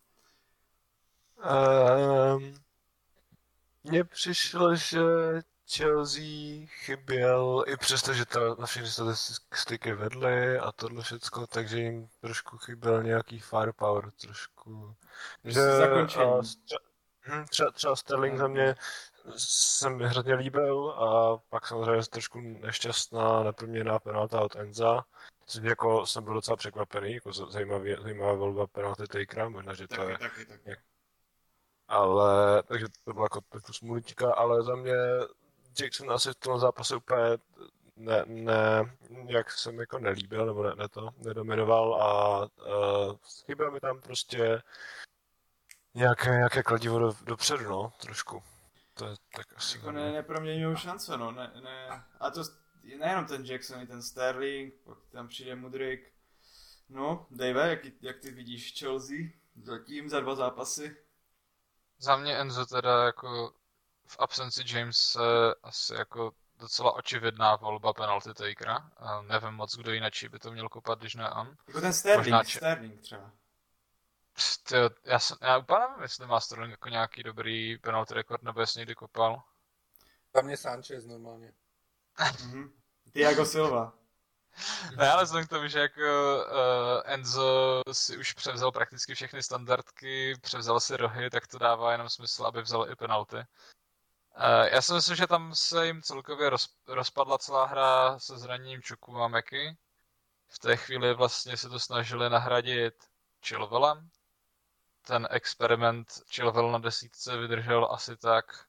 Um... Mně přišlo, že Chelsea chyběl, i přesto, že to na všechny statistiky vedly a tohle všecko, takže jim trošku chyběl nějaký firepower, trošku. Že, a, hm, třeba, třeba Sterling za mě se mi hrozně líbil a pak samozřejmě trošku nešťastná neproměněná penalta od Enza. Což jako jsem byl docela překvapený, jako zajímavý, zajímavá volba penalty takera, možná, že to taky, je taky, taky. Jak... Ale, takže to bylo jako trošku smůlička, ale za mě Jackson asi v tom zápase úplně ne, ne, jak jsem jako nelíbil, nebo ne, ne to, nedominoval a uh, chyběl mi tam prostě nějaké, nějaké kladivo do, dopředu, no, trošku. To je tak asi... Jako ne, neproměňují šance, no, ne, ne, a to nejenom ten Jackson, i ten Sterling, pak tam přijde Mudryk. No, Dave, jak, jak ty vidíš Chelsea? Zatím za dva zápasy. Za mě Enzo teda jako v absenci Jamese asi jako docela očividná volba penalty takera. A nevím moc, kdo jinak by to měl kopat, když ne on. Jako ten Sterling, Možná či- Sterling třeba. Tyjo, já, jsem, já úplně nevím, jestli má Sterling jako nějaký dobrý penalty rekord, nebo jestli někdy kopal. Za mě Sanchez normálně. Mhm. Thiago Silva. Ne, ale vzhledem k tomu, že jako uh, Enzo si už převzal prakticky všechny standardky, převzal si rohy, tak to dává jenom smysl, aby vzal i penalty. Uh, já si myslím, že tam se jim celkově roz, rozpadla celá hra se zraněním Čuku a Meky. V té chvíli vlastně se to snažili nahradit Chilwellem. Ten experiment Chilwell na desítce vydržel asi tak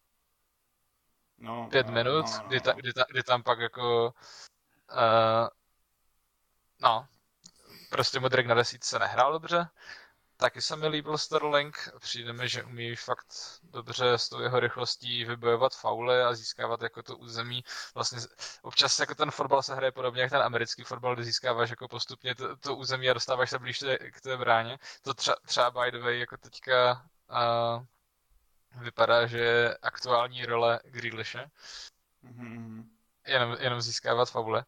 No, pět no, minut, no, no, kdy, no. ta, kdy, ta, kdy tam pak jako uh, no, prostě Modric na desítce nehrál dobře. Taky se mi líbil Sterling, přijde mi, že umí fakt dobře s tou jeho rychlostí vybojovat fauly a získávat jako to území. Vlastně občas jako ten fotbal se hraje podobně jak ten americký fotbal, kdy získáváš jako postupně to, to území a dostáváš se blíž k té bráně. To třeba, třeba by the way jako teďka uh, vypadá, že je aktuální role Grealishe. Mhm. Jenom, jenom získávat fauly.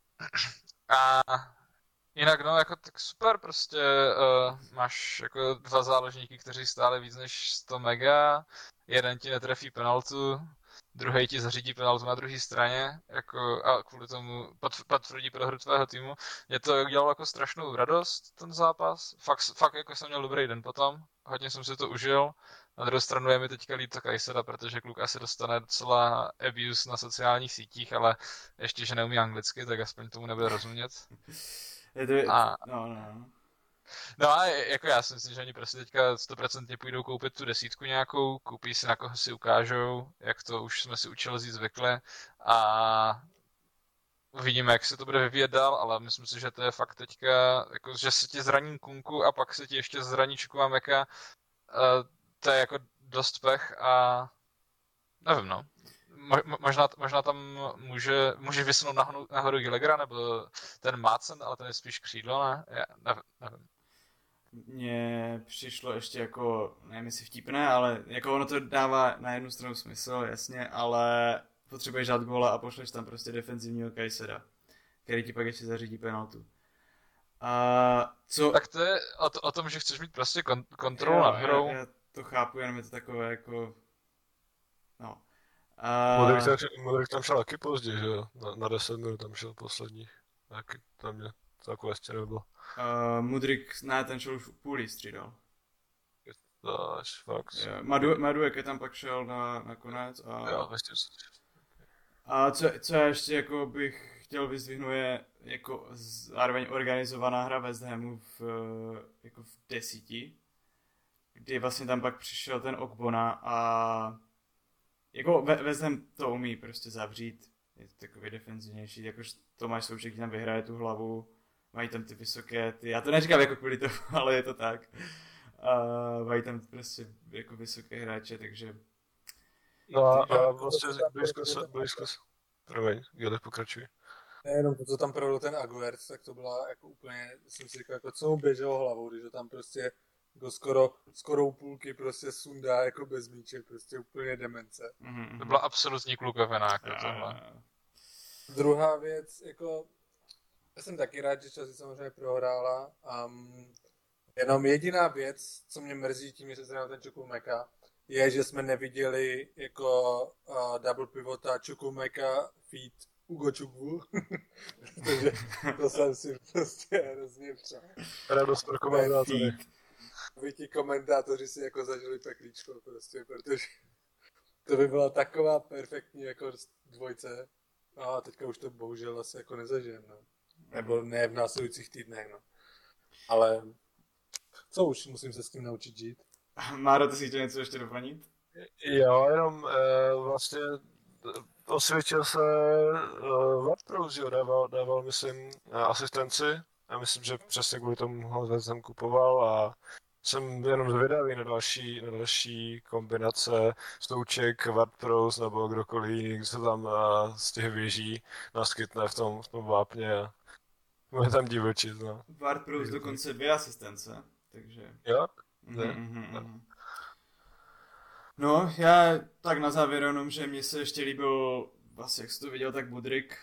A jinak no, jako tak super, prostě uh, máš jako dva záložníky, kteří stáli víc než sto mega, jeden ti netrefí penaltu, druhý ti zařídí penaltu na druhé straně, jako a kvůli tomu potvrdí prohru tvého týmu. Mě to dělalo jako strašnou radost, ten zápas, fakt, fakt jako jsem měl dobrý den potom, hodně jsem si to užil. Na druhou stranu je mi teďka líto Kajsera, protože kluk asi dostane docela abuse na sociálních sítích, ale ještě, že neumí anglicky, tak aspoň tomu nebude rozumět. Je to, A- no, no. No a jako já si myslím, že oni prostě teďka sto procent půjdou koupit tu desítku nějakou, koupí si na koho si ukážou, jak to už jsme si u Chelsea zvykli a uvidíme, jak se to bude vyvíjet dál, ale myslím si, že to je fakt teďka, jako, že se ti zraní Kunku a pak se ti ještě zraní Čukova Meka, uh, to je jako dost pech a nevím no. Mo- možná, možná tam může, může vysunout nahoru, nahoru Gallagera nebo ten Madsen, ale ten je spíš křídlo, ne? Já nevím, nevím. Mně přišlo ještě jako, nevím jestli vtipné, ale jako ono to dává na jednu stranu smysl, jasně, ale potřebuješ dát góla a pošleš tam prostě defenzivního Kajsera, který ti pak ještě zařídí penaltu. A co... Tak to je o, to, o tom, že chceš mít prostě kon- kontrolu Jo, nad hrou. Já, já to chápu, jenom je to takové jako... No. A... Modric tam, Modric tam šel taky pozdě, že jo? Na, na deset minut tam šel posledních. Taky tam mě to takové ještě nebylo. Uh, Mudryk, ne, ten šel už půlí střídal. To až fakt. Jo, Madu, Maduek je tam pak šel na, na konec. A, Jo, vlastně. a co, co já ještě jako bych chtěl vyzdvihnout je jako zároveň organizovaná hra West Hamu v, jako v desíti, kdy vlastně tam pak přišel ten Ogbona a jako West Ham to umí prostě zavřít, je to takový defenzivnější, jakož Tomáš Souček tam vyhraje tu hlavu, mají tam ty vysoké, ty, já to neříkám jako kvůli tomu, ale je to tak. A mají tam prostě jako vysoké hráče, takže... No a, a vlastně blízko se, blízko se. Promiň, Gilles, pokračuj. Nejenom to, co tam provedl ten Aguert, tak to byla jako úplně, jsem si říkal, jako co mu běželo hlavou, když ho tam prostě jako skoro, skoro u půlky prostě sundá jako bez míče, prostě úplně demence. Mm-hmm. To byla absolutní klukovina, jako tohle. Druhá věc, jako já jsem taky rád, že Chelsea samozřejmě prohrála. Um, jenom jediná věc, co mě mrzí tím, že se zranil ten Chukwuemeka, je, že jsme neviděli jako uh, double pivota Chukwuemeka feed Ugo Chukwu. Takže to jsem si prostě hrozně přál. Radost pro komentátory. Vy ti komentátoři si jako zažili peklíčko prostě, protože to by byla taková perfektní jako dvojce. No a teďka už to bohužel asi jako nezažijem, no. Nebo ne v následujících týdnech, no. Ale co už, musím se s tím naučit žít. Máro, ty si chtěl něco ještě doplnit? Jo, jenom uh, vlastně osvědčil se uh, Ward-Prowse, jo, dával, dával, myslím, asistenci. Já myslím, že přesně kvůli tomu ho jsem kupoval a jsem jenom zvědavý na další, na další kombinace Stouček, Ward-Prowse nebo kdokoliv jiný, kdo se tam uh, z těch věží naskytne v tom, v tom vápně a bude tam divočit, no. Ward-Prowse dokonce dvě asistence, takže... Jo? Mm-hmm. No, já tak na závěr jenom, že mně se ještě líbil, vlastně jak jsi to viděl, tak Budryk,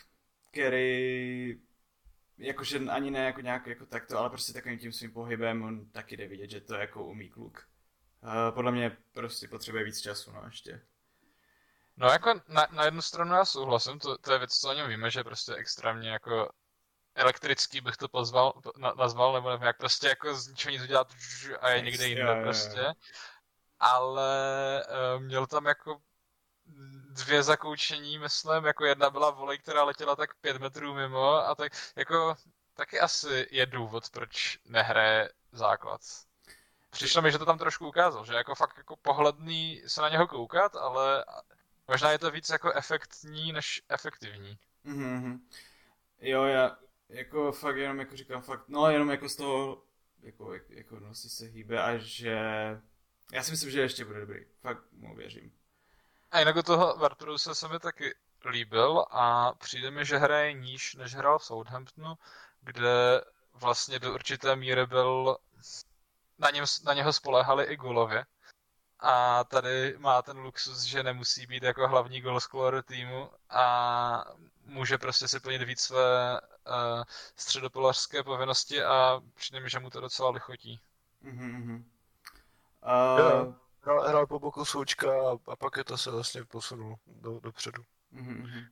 který jakože ani ne jako nějak jako takto, ale prostě takovým tím svým pohybem on taky jde vidět, že to jako umí kluk. Uh, podle mě prostě potřebuje víc času, no ještě. No jako na, na jednu stranu já souhlasím, to, to je věc, co o něm víme, že prostě extrémně jako elektrický bych to pozval, na, nazval, nebo nevím, jak prostě jako z ničeho nic udělat a je někde jinde prostě. Ale uh, měl tam jako dvě zakoučení, myslím, jako jedna byla volej, která letěla tak pět metrů mimo a tak jako taky asi je důvod, proč nehraje základ. Přišlo mi, že to tam trošku ukázal, že jako fakt jako pohledný se na něho koukat, ale možná je to víc jako efektní než efektivní. Mm-hmm. Jo, já jako fakt jenom jako říkám fakt, no jenom jako z toho jako, jako no, si se hýbe a že já si myslím, že ještě bude dobrý, fakt mu věřím. A jinak u toho Ward-Prowse se mi taky líbil a přijde mi, že hraje níž, než hrál v Southamptonu, kde vlastně do určité míry byl, na, něm, na něho spoléhali i gólově. A tady má ten luxus, že nemusí být jako hlavní goalscorer týmu a může prostě si plnit víc své uh, středopolařské povinnosti a přijde mi, že mu to docela lichotí. Mm-hmm. Uh... Hrál, hrál po boku Součka a, a pak je to se vlastně posunul do, dopředu. Mm-hmm.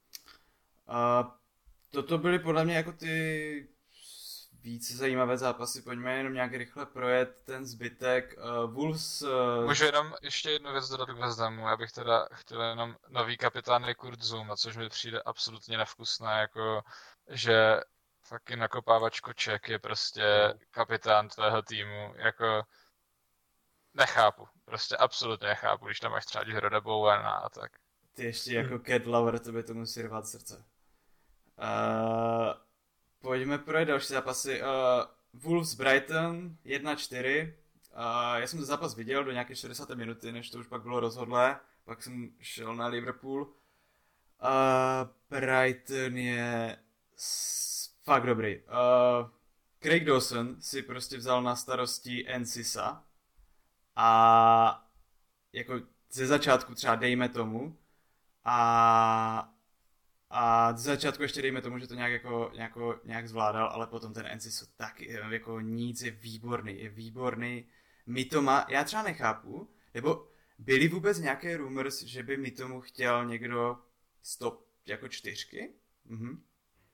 Uh, toto byly podle mě jako ty více zajímavé zápasy, pojďme jenom nějak rychle projet ten zbytek. Uh, Wolves... Uh... Můžu jenom ještě jednu věc dodat k West Hamu, já bych teda chtěl jenom nový kapitán je Kurt Zouma, což mi přijde absolutně nevkusné, jako že taky nakopávač Koček je prostě kapitán tvého týmu, jako nechápu, prostě absolutně nechápu, když tam máš třeba Hroda Bowena a tak. Ty ještě jako hmm. cat lover, to by to musí rvat srdce. Uh, pojďme projet další zápasy. Uh, Wolves Brighton jedna čtyři. Uh, já jsem ten zápas viděl do nějaké šedesáté minuty, než to už pak bylo rozhodlé. Pak jsem šel na Liverpool. Uh, Brighton je s... fakt dobrý. Uh, Craig Dawson si prostě vzal na starosti Encisa. A jako ze začátku třeba dejme tomu a, a ze začátku ještě dejme tomu, že to nějak, jako, nějako, nějak zvládal, ale potom ten Enciso taky jako nic, je výborný, je výborný. Mitoma, já třeba nechápu, nebo byly vůbec nějaké rumors, že by Mitomu chtěl někdo stop jako čtyřky? Mhm.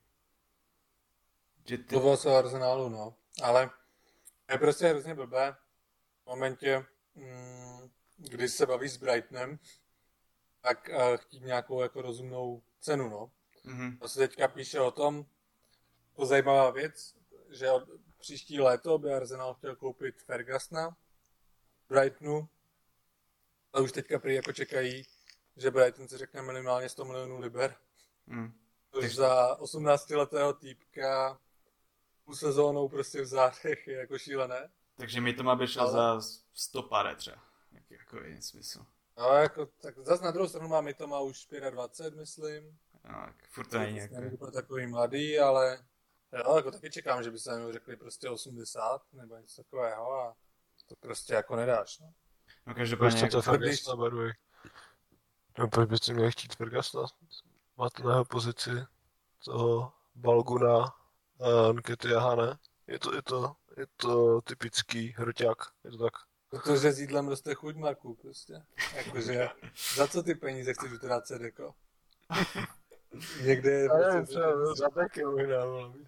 Že ty... To bylo se Arsenalu, no, ale je prostě hrozně blbé. V momentě, mm, kdy se baví s Brightonem, tak uh, chtít nějakou jako rozumnou cenu, no. Mm-hmm. To se teďka píše o tom, to zajímavá věc, že od příští léto by Arsenal chtěl koupit Fergusona Brightonu a už teďka prý jako čekají, že Brighton si řekne minimálně sto milionů liber. Mm. Což za osmnáctiletého týpka u sezónou prostě v zádech je jako šílené. Takže mi to má být šel ale... za sto pade třeba. Jak, jako je smysl. No jako, tak zase na druhou stranu má mi to má už dvacet pět, myslím. No, tak furt to není jako... Nevím, pro takový mladý, ale jo, jako taky čekám, že by se nám řekli prostě osmdesát nebo něco takového a to prostě jako nedáš, no. No každopádně... Proč to Fergusona baruji? No proč byste měli chtít Fergusona? Máte na jeho pozici toho Balguna a Nketiaha, ne? Je to, je to, je to typický hroťák, je to tak. Protože s jídlem roste chuť, Marku, prostě. Jakože, za co ty peníze chceš utrácet, jako? Někde je... Já nevím, třeba za taky možná,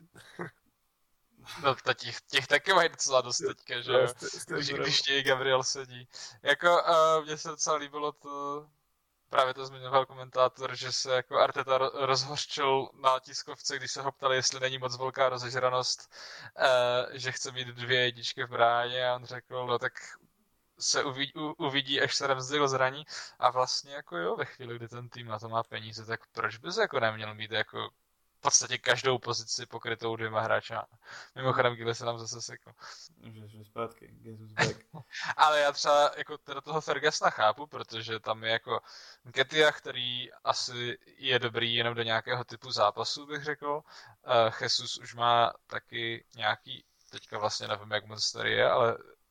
No těch, těch taky mají docela dost teďka, že jo? Když, když těch Gabriel sedí. Jako, uh, mně se docela líbilo to, právě to zmiňoval komentátor, že se jako Arteta rozhořčil na tiskovce, když se ho ptali, jestli není moc velká rozežranost, uh, že chce mít dvě jedničky v bráně a on řekl, no tak se uvidí, u, uvidí, až se Ramsdale zraní a vlastně jako jo, ve chvíli, kdy ten tým na to má peníze, tak proč by se jako neměl mít jako v podstatě každou pozici pokrytou dvěma hráčama. Mimochodem, Gile se nám zase sekl. Že zpátky, Jesus back. Ale já třeba jako teda toho Fergusona chápu, protože tam je jako Nketiah, který asi je dobrý jenom do nějakého typu zápasu, bych řekl. Uh, Jesus už má taky nějaký, teďka vlastně nevím, jak moc starý je, ale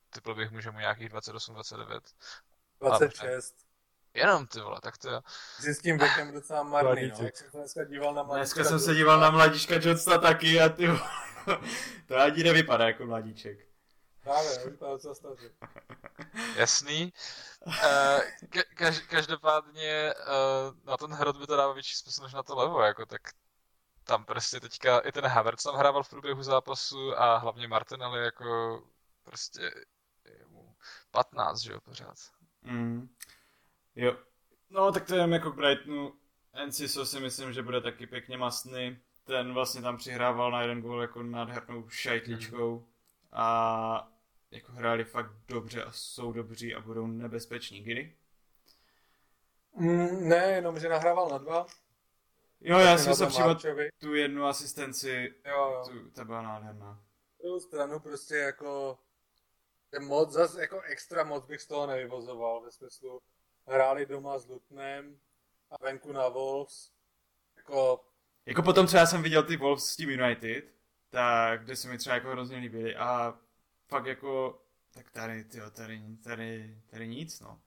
typl bych mu, že mu nějakých dvacet osm dvacet devět. dvacet šest. Jenom ty vole, tak to jo. Jsi s tím věkem docela marný, no. Jak jsem se dneska díval na mladíčka. Dneska jsem se díval na mladíčka Johnstona taky a ty to ani nevypadá jako mladíček. Právě, vypadá docela staří. Jasný. Uh, kaž, každopádně uh, na ten hrot by to dávalo větší smysl než na to levo, jako tak tam prostě teďka i ten Havertz tam hrával v průběhu zápasu a hlavně Martinelli jako prostě patnáct, že jo, pořád. Mm. Jo. No tak to je jako k Brightonu. Enciso si myslím, že bude taky pěkně mastný. Ten vlastně tam přihrával na jeden gól jako nádhernou šajtličkou. Mm. A jako hráli fakt dobře a jsou dobří a budou nebezpeční. Kdy? Mm, ne, jenom že nahrával na dva. Jo, já jsem se přímo tu jednu asistenci, jo, jo. Tu, ta byla nádherná. Na druhou stranu prostě jako moc, zase jako extra moc bych z toho nevyvozoval, ve smyslu hráli doma s Lutonem a venku na Wolves, jako... Jako potom, co já jsem viděl ty Wolves s tím United, tak kde se mi třeba jako hrozně líbily a fakt jako, tak tady, tyjo, tady, tady, tady nic, no.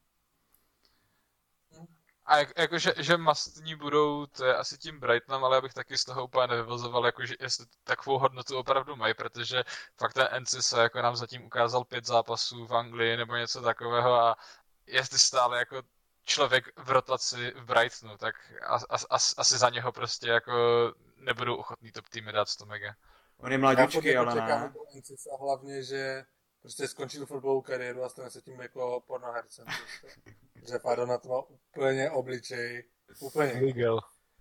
A jak, jakože, že mastní budou, to je asi tím Brightonem, ale já bych taky z toho úplně nevyvozoval, jakože jestli takovou hodnotu opravdu mají, protože fakt ten Enciso jako nám zatím ukázal pět zápasů v Anglii nebo něco takového a jestli stále jako člověk v rotaci v Brightonu, tak as, as, as, asi za něho prostě jako nebudou ochotný top týmy dát sto mega. On je mladíčky, ale ne. Enciso hlavně, že prostě skončil fotbalovou kariéru a stane se tím jako pornohercem. Prostě. Že Fado na to má úplně obličej. Úplně. Miguel.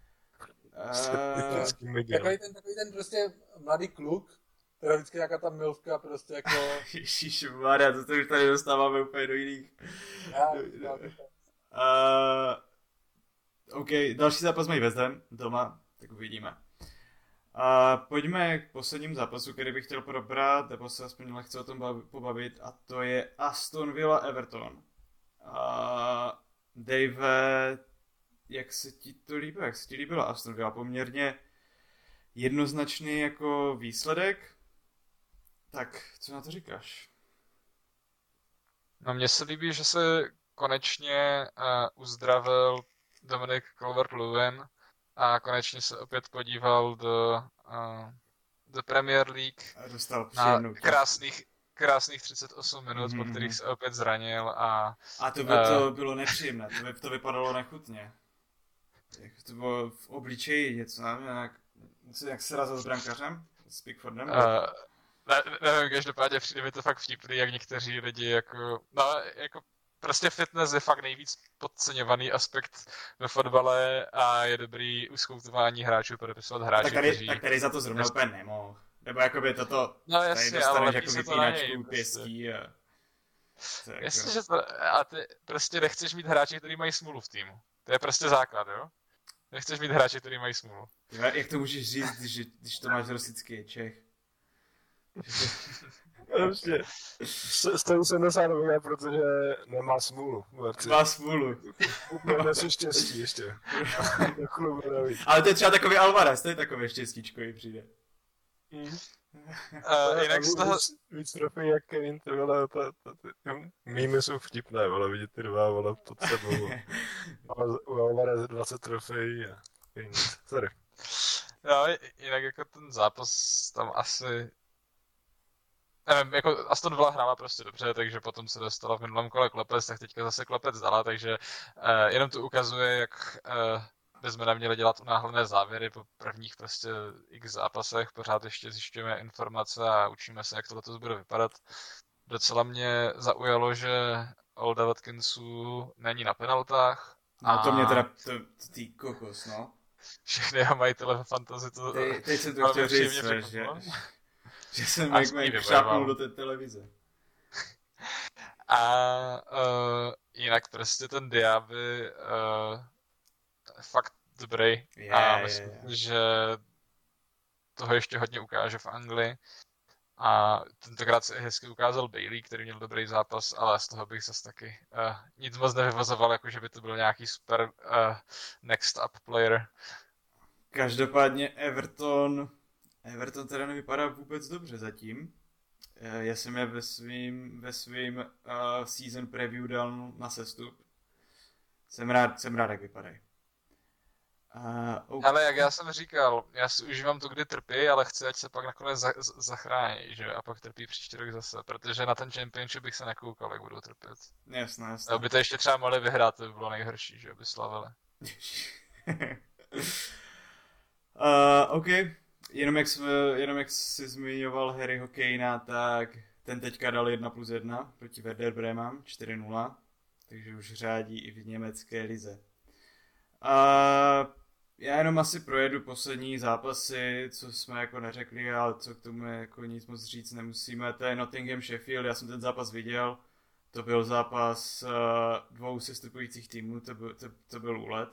Uh, takový, ten, takový ten prostě mladý kluk, která vždycky nějaká ta milvka prostě jako... Ježišmarja, to, to už tady dostáváme úplně do jiných. Já, do, do. Uh, OK, další zápas mají West Ham doma, tak uvidíme. A pojďme k posledním zápasu, který bych chtěl probrat, nebo se aspoň lehce o tom pobavit, a to je Aston Villa Everton. A Dave, jak se ti to líbilo? Jak se ti líbilo Aston Villa? Poměrně jednoznačný jako výsledek. Tak, co na to říkáš? No mně se líbí, že se konečně uh, uzdravil Dominic Calvert-Lewin a konečně se opět podíval do, uh, do Premier League a dostal na krásných, krásných třicet osm minut, mm-hmm. po kterých se opět zranil. A, a to, by, uh, to bylo nepříjemné, to, by, to vypadalo nechutně. To bylo v obličeji něco, nevím, jak, jak se razil s brankařem? S Pickfordem? Uh, ne, nevím, každopádně přijde mi to fakt vtipný, jak někteří lidi jako, no jako prostě fitness je fakt nejvíc podceňovaný aspekt ve fotbale a je dobrý uskoutování hráčů, podepisovat hráči, tak tady, kteří... Tak tady za to zrovna úplně nemohl. Nebo jakoby toto, no, jasně, tady dostaneš jako vypínačku pěstí a... Jasně, jako... že to... A ty prostě nechceš mít hráči, kteří mají smůlu v týmu. To je prostě základ, jo? Nechceš mít hráči, kteří mají smůlu. Jak to můžeš říct, když, když to máš rosický Čech? Prostě sto sedmdesát nové, protože nemá smůlu. Má smůlu. Nesou štěstí ještě. Ale to je třeba takový Alvarez, to je takové štěstíčkový přijde. Mm. Uh, jinak z toho... Víc, víc trofej jak Kevin, ty vole, to, to, to, mými jsou vtipné, vole, vidět ty dva, vole, pod sebou. U Alvarez dvacet trofejí a sorry. No, jinak jako ten zápas tam asi... Nevím, jako Aston Villa hrála prostě dobře, takže potom se dostala v minulém kole Klepec, tak teďka zase Klepec dala, takže uh, jenom to ukazuje, jak uh, bychom neměli dělat unáhlené závěry po prvních prostě x zápasech, pořád ještě zjišťujeme informace a učíme se, jak to letos bude vypadat. Docela mě zaujalo, že Olda Watkinsu není na penaltách. No to mě teda, to, to tý kokos, no. Všechny jeho majitele ve fantasy to... Teď, teď jsem to chtěl říct, že... Že jsem jak mě šápnul do té televize. A uh, jinak prostě ten Diaby uh, fakt dobrý. Je, a myslím, je, je. že toho ještě hodně ukáže v Anglii. A tentokrát se hezky ukázal Bailey, který měl dobrý zápas, ale z toho bych zase taky uh, nic moc nevyvozoval, jako že by to byl nějaký super uh, next up player. Každopádně Everton... Everton teda nevypadá vůbec dobře zatím. Já jsem je ve svým, ve svým uh, season preview dal na sestup. Jsem rád, jsem rád, jak vypadají. Uh, okay. Ale jak já jsem říkal, já si užívám to, kdy trpí, ale chci, ať se pak nakonec za, z, zachrání, že a pak trpí příští rok zase, protože na ten championship bych se nekoukal, jak budou trpět. Jasné, jasné. Aby to ještě třeba mohli vyhrát, to by bylo nejhorší, že aby slavili. uh, OK, jenom jak, jsme, jenom jak jsi zmiňoval Harryho Kanea, tak ten teďka dal jedna plus jedna proti Werder Bremám, čtyři nula, takže už řádí i v německé lize. Uh, já jenom asi projedu poslední zápasy, co jsme jako neřekli, ale co k tomu jako nic moc říct nemusíme. To je Nottingham Sheffield, já jsem ten zápas viděl. To byl zápas uh, dvou sestupujících týmů, to byl, to, to byl úlet.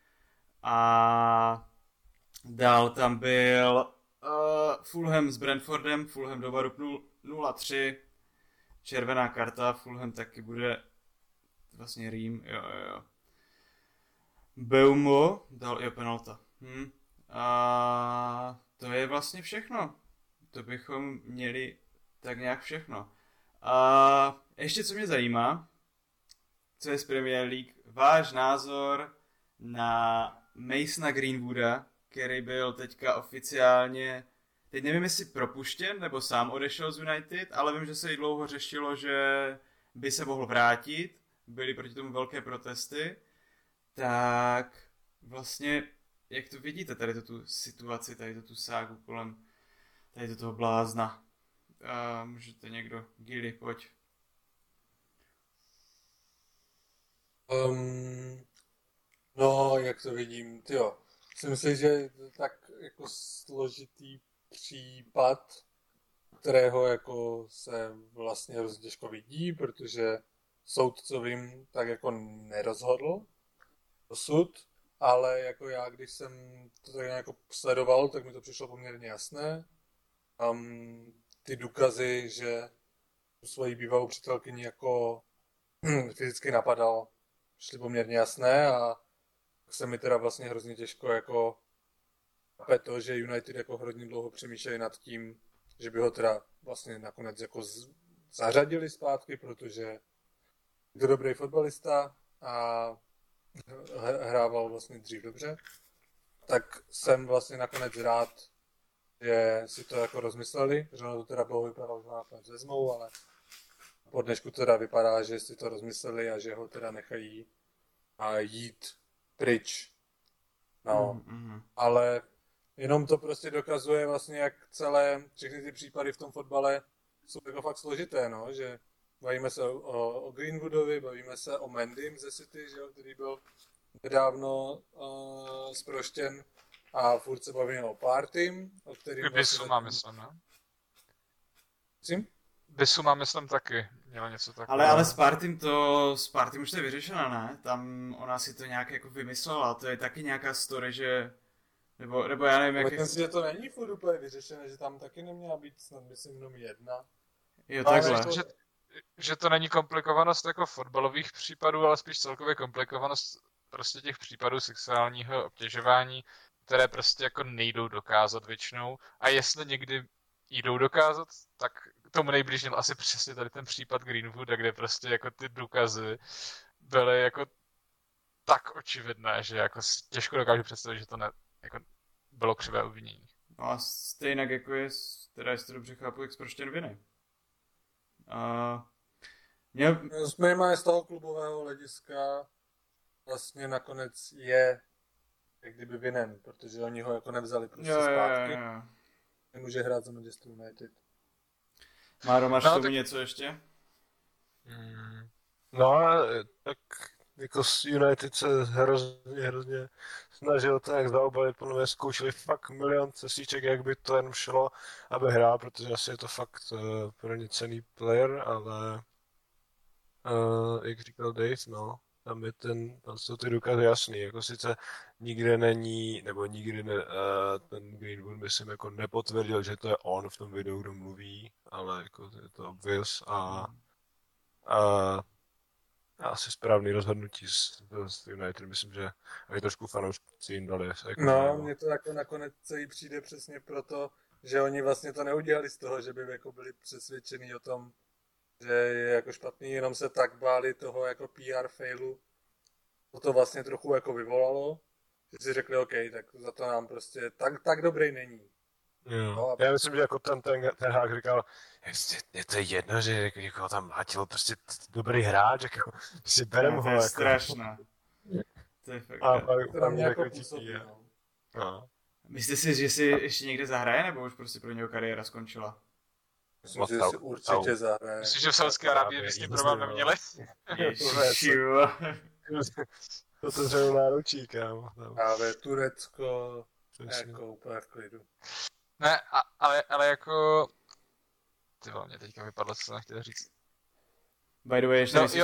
A dál tam byl uh, Fulham s Brentfordem, Fulham do baru nula tři, červená karta, Fulham taky bude vlastně Rým, jo jo jo. Beumo dal i penalta. Hm. A to je vlastně všechno. To bychom měli tak nějak všechno. A ještě co mě zajímá, co je z Premier League, váš názor na Masona Greenwooda, který byl teďka oficiálně, teď nevím jestli propuštěn, nebo sám odešel z United, ale vím, že se i dlouho řešilo, že by se mohl vrátit, byly proti tomu velké protesty. Tak vlastně, jak to vidíte, tady tu situaci, tady tu ságu kolem tady toho blázna. A můžete někdo, Gilly, pojď. Um, no, jak to vidím, tyjo. Myslím si, že je to tak jako složitý případ, kterého jako se vlastně hrozně těžko vidí, protože soud, co vím, tak jako nerozhodl dosud, ale jako já, když jsem to tak nějak sledoval, tak mi to přišlo poměrně jasné. Um, ty důkazy, že svoji bývalou přítelkyni jako fyzicky napadal, šly poměrně jasné a se mi teda vlastně hrozně těžko jako to, že United jako hrozně dlouho přemýšleli nad tím, že by ho teda vlastně nakonec jako z- zařadili zpátky, protože je to dobrý fotbalista a hrával vlastně dřív dobře, tak jsem vlastně nakonec rád, že si to jako rozmysleli, že ono to teda bylo vypadalo, že ho nakonec vezmou, ale po dnešku teda vypadá, že si to rozmysleli a že ho teda nechají a jít pryč. No, mm-hmm. Ale jenom to prostě dokazuje vlastně, jak celé, všechny ty případy v tom fotbale jsou jako fakt složité, no, že bavíme se o, o Greenwoodovi, bavíme se o Mendym ze City, že jo, který byl nedávno uh, zproštěn a furt se bavíme o Partym, o kterým... Bisu vlastně má, myslím, ne? Myslím? Bisu má, myslím, taky. Měla něco takového. Ale, ale s Partym to, s Partym už to je vyřešeno, ne? Tam ona si to nějak jako vymyslela, to je taky nějaká story, že... Nebo, nebo já nevím, jak... Myslím si, že to není furt úplně vyřešené, že tam taky neměla být snad, myslím, jenom jedna. Jo, takhle. To, že, že to není komplikovanost jako fotbalových případů, ale spíš celkově komplikovanost prostě těch případů sexuálního obtěžování, které prostě jako nejdou dokázat většinou. A jestli někdy jdou dokázat, tak tomu nejblíž měl asi přesně tady ten případ Greenwooda, kde prostě jako ty důkazy byly jako tak očividné, že jako těžko dokážu představit, že to ne, jako bylo křivé obvinění. No a stejnak jako je, teda jestli to dobře chápu, jak zproštěn viny. A... Mě... Minimálně z toho klubového hlediska vlastně nakonec je jak kdyby vinen, protože oni ho jako nevzali prostě jo, zpátky. Jo, jo. Nemůže hrát za Manchester United. Máro, máš no, tomu tak... něco ještě? Hmm. No, tak jako United se hrozně, hrozně snažil to jak zaobalit, podle mě zkoušeli fakt milion cestiček, jak by to jen šlo, aby hrál, protože asi je to fakt uh, pro ně cený player, ale uh, jak říkal Dave, no, tam je ten, tam jsou ty důkazy jasný, jako sice nikde není, nebo nikdy ne, uh, ten Greenwood myslím jako nepotvrdil, že to je on v tom videu, kdo mluví, ale jako je to obvious a, a asi správný rozhodnutí z, z United, myslím, že i trošku fanoušci jim dali. Jako no, mně to jako nakonec celý přijde přesně proto, že oni vlastně to neudělali z toho, že by jako byli přesvědčení o tom, že je jako špatný, jenom se tak báli toho jako P R failu. To to vlastně trochu jako vyvolalo, že si řekli, OK, tak za to nám prostě tak, tak dobrý není. Jo. No, já myslím, že jako ten, ten, ten hák říkal, je to jedno, že jako, jako tam mlátil prostě dobrý hráč, jako si berem ho. To je jako. strašné. To je fakt. A pak tam jako působí, no. No. Myslíte si, že si ještě někde zahraje, nebo už prostě pro něho kariéra skončila? Myslím, že si určitě zahraje. Myslíš, že v Saudské Arábii by s tím problém neměli? Ježišiu. To se řadu náručí, kámo. Ale Turecko, jako úplně v klidu. Ne, a, ale, ale jako... Ty vole, mě teďka vypadlo, co jsem chtěl říct. By the way, ještě no, nejsi... jo.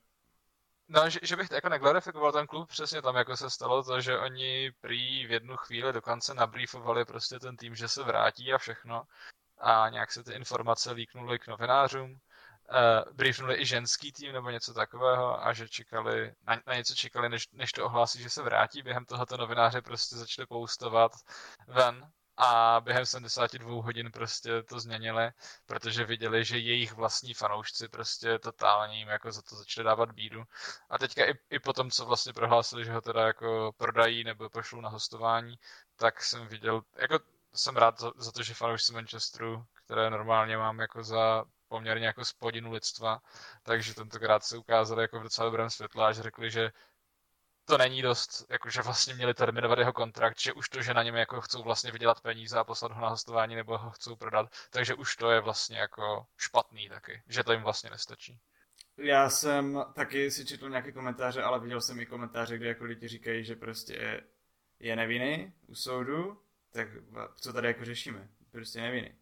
No, že, že bych jako neglorifikoval ten klub, přesně tam jako se stalo to, že oni prý v jednu chvíli dokonce nabriefovali prostě ten tým, že se vrátí a všechno. A nějak se ty informace líknuly k novinářům. Uh, briefnuli i ženský tým nebo něco takového a že čekali, na, na něco čekali, než, než to ohlásí, že se vrátí. Během tohoto novináře prostě začali postovat ven a během sedmdesát dva hodin prostě to změnili, protože viděli, že jejich vlastní fanoušci prostě totálně jim jako za to začali dávat bídu. A teďka i, i po tom, co vlastně prohlásili, že ho teda jako prodají nebo pošlou na hostování, tak jsem viděl, jako jsem rád za, za to, že fanoušci Manchesteru, které normálně mám jako za poměrně jako spodinu lidstva, takže tentokrát se ukázali jako v docela dobrém světle a že řekli, že to není dost, jakože vlastně měli terminovat jeho kontrakt, že už to, že na něm jako chcou vlastně vydělat peníze a poslat ho na hostování nebo ho chcou prodat, takže už to je vlastně jako špatný taky, že to jim vlastně nestačí. Já jsem taky si četl nějaké komentáře, ale viděl jsem i komentáře, kde jako lidi říkají, že prostě je, je nevinný u soudu, tak co tady jako řešíme? Prostě nevinný.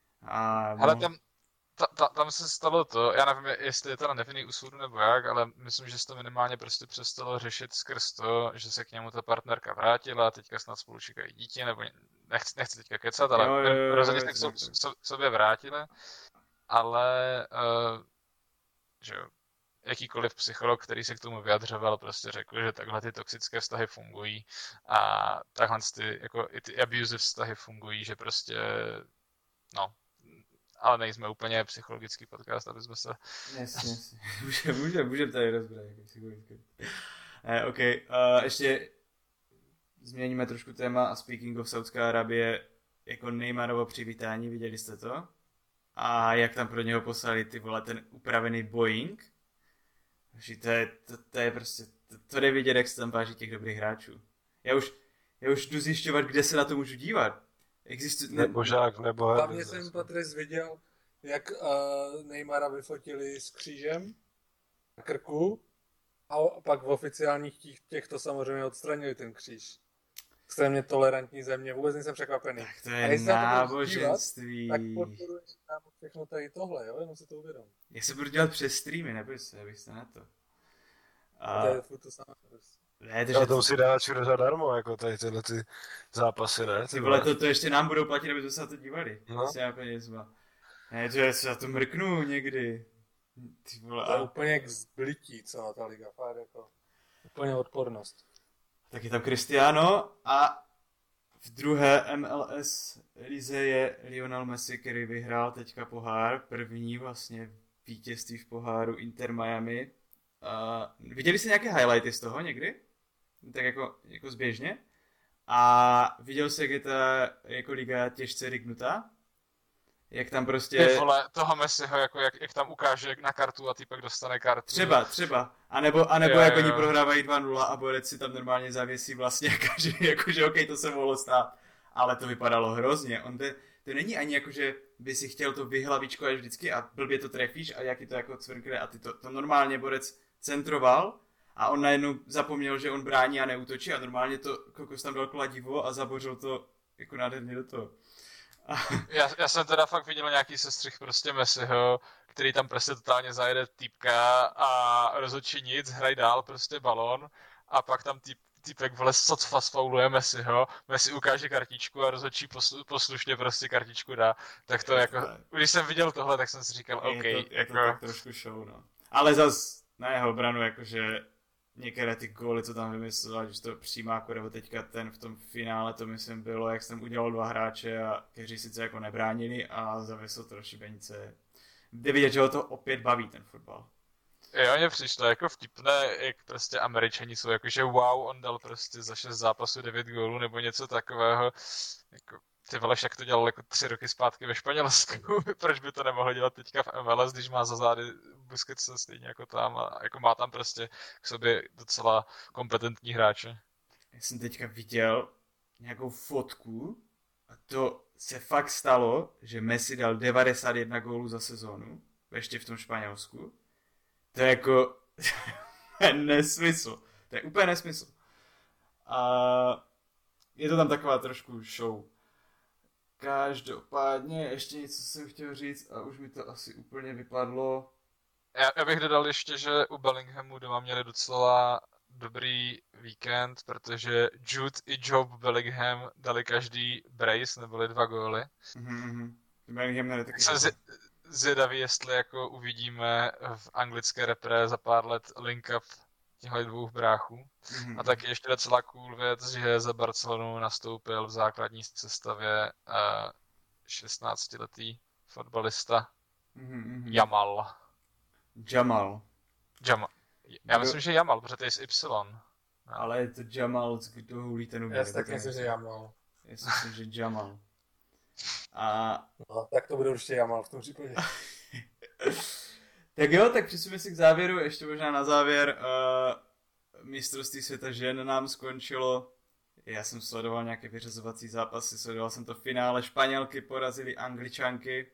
A ale tam Ta, ta, tam se stalo to, já nevím, jestli je to nevinný u soudu nebo jak, ale myslím, že se to minimálně prostě přestalo řešit skrz to, že se k němu ta partnerka vrátila a teďka snad spolu čekají dítě, nebo nechci, nechci teďka kecat, ale jo, jo, jo, rozhodně se k so, so, sobě vrátili, ale uh, že jo, jakýkoliv psycholog, který se k tomu vyjadřoval, prostě řekl, že takhle ty toxické vztahy fungují a takhle ty, jako, i ty abusive vztahy fungují, že prostě, no, ale nejsme úplně psychologický podcast, aby jsme se... Jasně, jasně. Můžeme může, může tady rozbrat jako psychologický. Eh, OK, uh, ještě změníme trošku téma a speaking of Saudská Arabie, jako Neymarovo přivítání, viděli jste to? A jak tam pro něho poslali ty vole ten upravený Boeing? To je, to, to je prostě, to, to jde vidět, jak se tam váží těch dobrých hráčů. Já už, já už jdu zjišťovat, kde se na to můžu dívat. Existu... Nebo žák, nebo... Hlavně jsem, Patrice, viděl, jak uh, Neymara vyfotili s křížem na krku a pak v oficiálních těch, těch to samozřejmě odstranili ten kříž. Extrémně tolerantní země, vůbec nejsem překvapený. Tak to je náboženství. Tak podporuješ tam všechno tady tohle, jo? Jenom si to uvědom. Já se budu dělat přes streamy, neboj se, abych se na to. A... To je furt to samé. Ne, to, to musí dát všude zadarmo, jako tady tyhle ty zápasy, ne? Ty vole, to, to ještě nám budou platit, aby se na to dívali. No. Ne, to já se na to mrknu někdy. Ty vole, to je a... úplně k zblití celá ta liga, fakt jako úplně odpornost. Tak je tam Cristiano a v druhé M L S lize je Lionel Messi, který vyhrál teďka pohár, první vlastně vítězství v poháru Inter Miami. Uh, viděli jste nějaké highlighty z toho někdy? Tak jako, jako zběžně. A viděl jsi, jak je ta jako liga těžce rignutá? Jak tam prostě... Ty vole, toho Messiho, jako jak, jak tam ukáže na kartu a týpek dostane kartu. Třeba, třeba. A nebo, a nebo jo, jak jo. Oni prohrávají dva nula a borec si tam normálně zavěsí vlastně, jakože, jakože OK, to se mohlo stát. Ale to vypadalo hrozně. On to, to není ani jako, že by si chtěl to vyhlavičkovat vždycky a blbě to trefíš a jak je to jako cvrkne a ty to, to normálně borec centroval a on najednou zapomněl, že on brání a neútočí a normálně to kokos tam dal kladivo a zabořil to jako nádherně do toho. já, já jsem teda fakt viděl nějaký sestřih prostě Messiho, který tam prostě totálně zajede týpka a rozhodčí nic, hraj dál prostě balón a pak tam týp, týpek vole socfa sfauluje Messiho, Messi ukáže kartičku a rozhodčí poslu, poslušně prostě kartičku dá, tak to jako, když jsem viděl tohle, tak jsem si říkal, OK. Je to, je jako... to tak trošku show, no. Ale zas na jeho obranu jakože některé ty góly, co tam vymyslel, ať už to přímáku, nebo teďka ten v tom finále, to myslím bylo, jak jsem udělal dva hráče, a kteří sice jako nebránili a zavěsil to do šibenice. Jde vidět, že ho to opět baví, ten fotbal. Jo, mně přišlo jako vtipné, jak prostě Američani jsou, jakože wow, on dal prostě za šest zápasů devět gólů nebo něco takového. Jako, ty vole, jak to dělal jako tři roky zpátky ve Španělsku, proč by to nemohl dělat teďka v M L S, když má za zády Busquets stejně jako tam a jako má tam prostě k sobě docela kompetentní hráče. Já jsem teďka viděl nějakou fotku a to se fakt stalo, že Messi dal devadesát jedna gólů za sezónu, ještě v tom Španělsku. To je jako nesmysl. To je úplně nesmysl. A je to tam taková trošku show. Každopádně ještě něco jsem chtěl říct a už mi to asi úplně vypadlo. Já, já bych dodal ještě, že u Bellinghamu doma měli docela dobrý víkend, protože Jude i Job Bellingham dali každý brace, neboli dva góly. Mm-hmm. Bellingham měli taky. Jsem zvědavý, jestli jako uvidíme v anglické repre za pár let link up těchto dvou bráchů. Mm-hmm. A taky ještě docela cool věc, že za Barcelonu nastoupil v základní sestavě uh, šestnáctiletý fotbalista mm-hmm. Jamal. Jamal. Jamal. Já myslím, že Jamal, protože to je z Y. No. Ale je to Jamal, kdo hulí ten uměl. Já si taky myslím, že Jamal. Já si myslím, že Jamal. A... No, tak to bude určitě Jamal v tom případě. Tak jo, tak přesuneme si k závěru, ještě možná na závěr. Uh, mistrovství světa žen nám skončilo. Já jsem sledoval nějaké vyřazovací zápasy, sledoval jsem to finále. Španělky porazily Angličanky.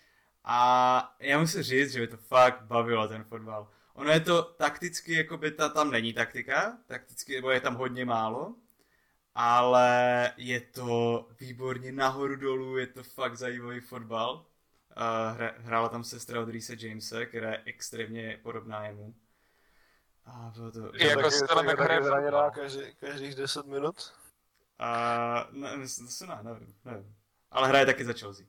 A já musím říct, že by to fakt bavilo, ten fotbal. Ono je to takticky, jakoby ta, tam není taktika, takticky, nebo je tam hodně málo. Ale je to výborně nahoru dolů, je to fakt zajímavý fotbal. Uh, hra, hrála tam sestra od Reese Jamese, která je extrémně podobná jemu. A bylo to... I jako Stella McRae zraněná každý, každých deset minut? Uh, ne, myslím, to se ne, nevím, nevím. Ale hraje taky za Chelsea.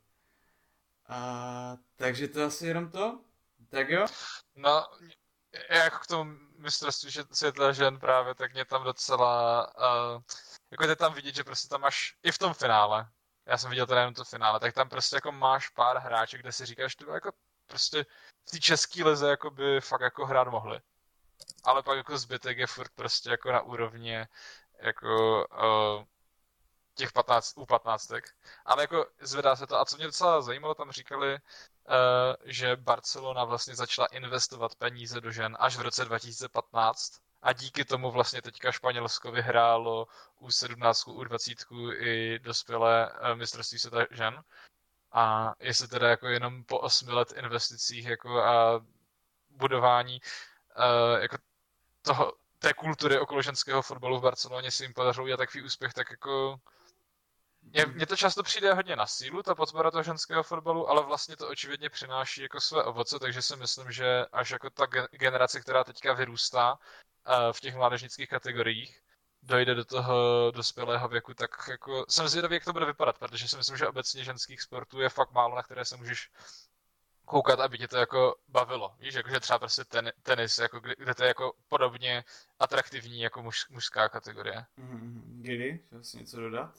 Uh, takže to asi jenom to? Tak jo? No, jak k tomu mistrovství světa žen právě, tak mě tam docela... Uh, jako je tam vidět, že prostě tam máš i v tom finále, já jsem viděl teda jenom to finále, tak tam prostě jako máš pár hráček, kde si říkáš, že jako prostě v té české lize jako by fakt jako hrát mohli. Ale pak jako zbytek je furt prostě jako na úrovni jako uh, těch patnáct, U patnáctek. Ale jako zvedá se to. A co mě docela zajímalo, tam říkali, uh, že Barcelona vlastně začala investovat peníze do žen až v roce dva tisíce patnáct. A díky tomu vlastně teďka Španělsko vyhrálo U sedmnáct, U dvacet i dospělé mistrovství světa žen. A jestli teda jako jenom po osmi let investicích jako a budování uh, jako toho, té kultury okolo ženského fotbalu v Barceloně si jim podařilo udělat takový úspěch, tak jako mně to často přijde hodně na sílu, ta podpora toho ženského fotbalu, ale vlastně to očividně přináší jako své ovoce, takže si myslím, že až jako ta generace, která teďka vyrůstá v těch mládežnických kategoriích, dojde do toho dospělého věku, tak jako jsem zvědavý, jak to bude vypadat, protože si myslím, že obecně ženských sportů je fakt málo, na které se můžeš koukat, aby tě to jako bavilo. Víš, jakože třeba prostě ten, tenis, jako kde, kde to je jako podobně atraktivní jako muž, mužská kategorie. Mm-hmm. Gili, chtěl jsi něco dodat?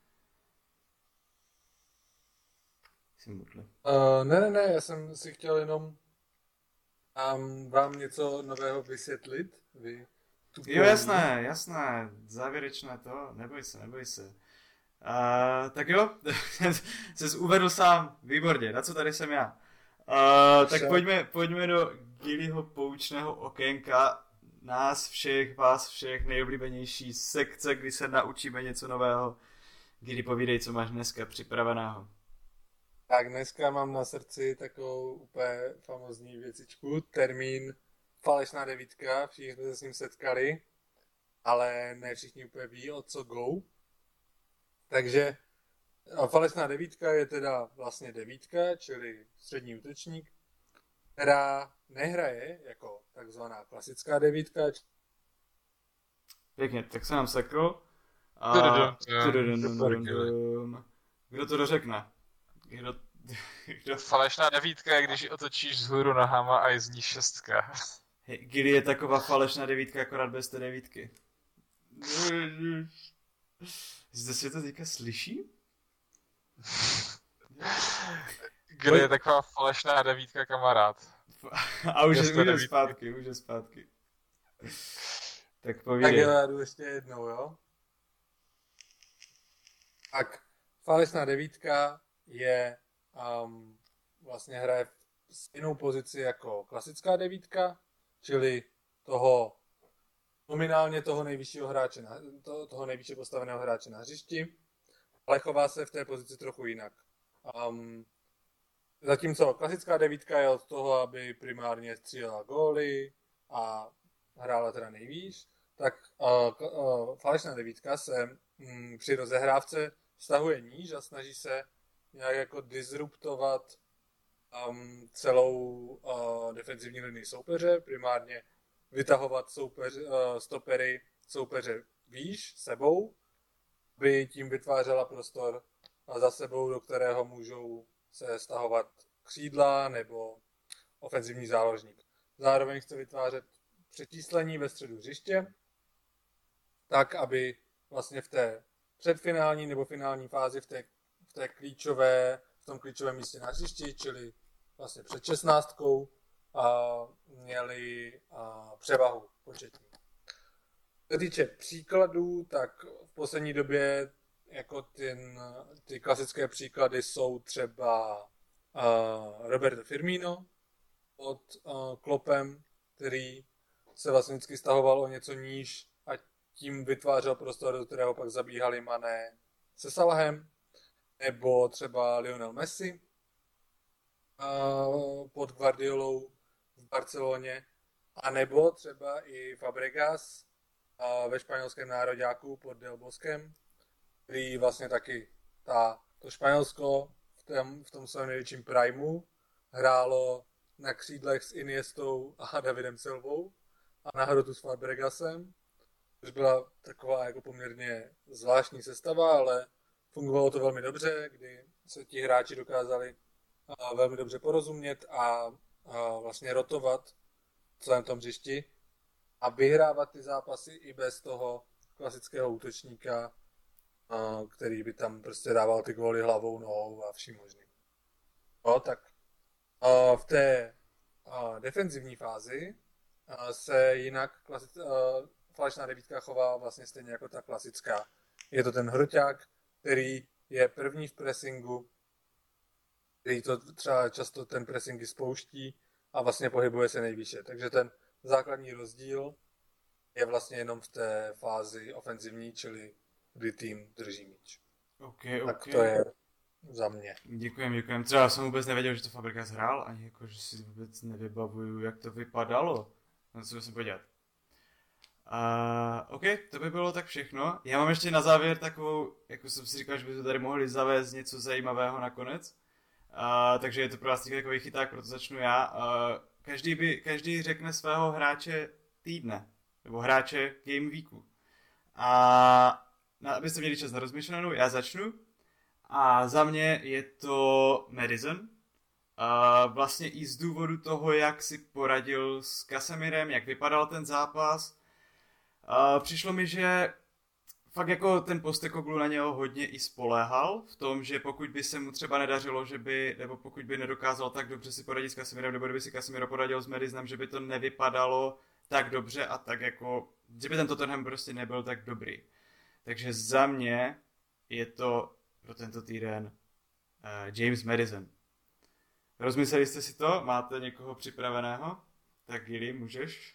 Uh, ne, ne, ne, já jsem si chtěl jenom um, vám něco nového vysvětlit. Vy jo, jasné, jasné, závěrečné to, neboj se, neboj se. Uh, tak jo, jsi uvedl sám, výborně, na co tady jsem já. Uh, tak pojďme, pojďme do Gillyho poučného okénka, nás všech, vás všech, nejoblíbenější sekce, kdy se naučíme něco nového. Gilly, povídej, co máš dneska připraveného. Tak dneska mám na srdci takovou úplně famózní věcičku, termín falešná devítka, všichni jsme se s ním setkali, ale ne všichni úplně ví, o co go. Takže falešná devítka je teda vlastně devítka, čili střední útočník, která nehraje jako takzvaná klasická devítka. Pěkně, tak se nám sekl. A... Kdo to dořekne? Kdo... Kdo... Falešná devítka je, když ji otočíš vzhůru nohama a je z ní šestka. Gilly je taková falešná devítka, akorát bez té devítky. Zde si to teďka slyší? Gilly je taková falešná devítka, kamarád. A už je, už je zpátky, už je zpátky. Tak povídej. Tak já jdu ještě jednou, jo? Tak, falešná devítka je, um, vlastně hraje v stejnou pozici jako klasická devítka, čili toho nominálně toho nejvyššího hráče, na, to, toho nejvyššího postaveného hráče na hřišti, ale chová se v té pozici trochu jinak. Um, zatímco klasická devítka je od toho, aby primárně střílela góly a hrála teda nejvíc, tak uh, uh, falešná devítka se um, při rozehrávce stahuje níž a snaží se nějak jako disruptovat um, celou uh, defenzivní linii soupeře, primárně vytahovat soupeř, uh, stopery soupeře výš sebou, by tím vytvářela prostor za sebou, do kterého můžou se stahovat křídla nebo ofenzivní záložník. Zároveň chce vytvářet přečíslení ve středu hřiště, tak, aby vlastně v té předfinální nebo finální fázi v té, v té klíčové, v tom klíčovém místě na hřišti, čili vlastně před šestnáctkou, a měli a, převahu početní. Co se týče příkladů, tak v poslední době jako ten, ty klasické příklady jsou třeba uh, Roberto Firmino pod uh, Kloppem, který se vlastně vždycky stahoval o něco níž a tím vytvářel prostor, do kterého pak zabíhali Mané se Salahem, nebo třeba Lionel Messi uh, pod Guardiolou v Barceloně, a nebo třeba i Fabregas uh, ve španělském nároďáku pod Del Bosquem, který vlastně taky ta, to Španělsko v tom, v tom svém největším primu hrálo na křídlech s Iniestou a Davidem Silvou a na hrotu s Fabregasem, což byla taková jako poměrně zvláštní sestava, ale fungovalo to velmi dobře, kdy se ti hráči dokázali a, velmi dobře porozumět a, a vlastně rotovat v celém tom hřišti a vyhrávat ty zápasy i bez toho klasického útočníka, a, který by tam prostě dával ty góly hlavou, nohou a vším možným. No, tak a v té a, defenzivní fázi a, se jinak klasic, a, falešná devítka chová vlastně stejně jako ta klasická. Je to ten hroťák, který je první v pressingu, který to třeba často ten pressing spouští a vlastně pohybuje se nejvýše. Takže ten základní rozdíl je vlastně jenom v té fázi ofenzivní, čili kdy tým drží míč. Okay, tak okay. To je za mě. Děkujem, děkujem. Třeba jsem vůbec nevěděl, že to Fabregas hrál, ani jako, že si vůbec nevybavuju, jak to vypadalo. No, co musím podívat. Uh, OK, to by bylo tak všechno. Já mám ještě na závěr takovou, jako jsem si říkal, že bychom tady mohli zavést něco zajímavého nakonec. Uh, takže je to pro vás takový chyták, proto začnu já. Uh, každý, by, každý řekne svého hráče týdne, nebo hráče Game Weeku. A na, abyste měli čas na rozmyšlenou, já začnu. A za mě je to Madison. Uh, vlastně i z důvodu toho, jak si poradil s Casemirem, jak vypadal ten zápas. Uh, přišlo mi, že fakt jako ten Postecoglou na něho hodně i spoléhal v tom, že pokud by se mu třeba nedařilo, že by, nebo pokud by nedokázal tak dobře si poradit s Casemirem, nebo kdyby si Casemiro poradil s Madisonem, že by to nevypadalo tak dobře a tak jako, že by ten Tottenham prostě nebyl tak dobrý. Takže za mě je to pro tento týden uh, James Maddison. Rozmysleli jste si to? Máte někoho připraveného? Tak Gilly, můžeš?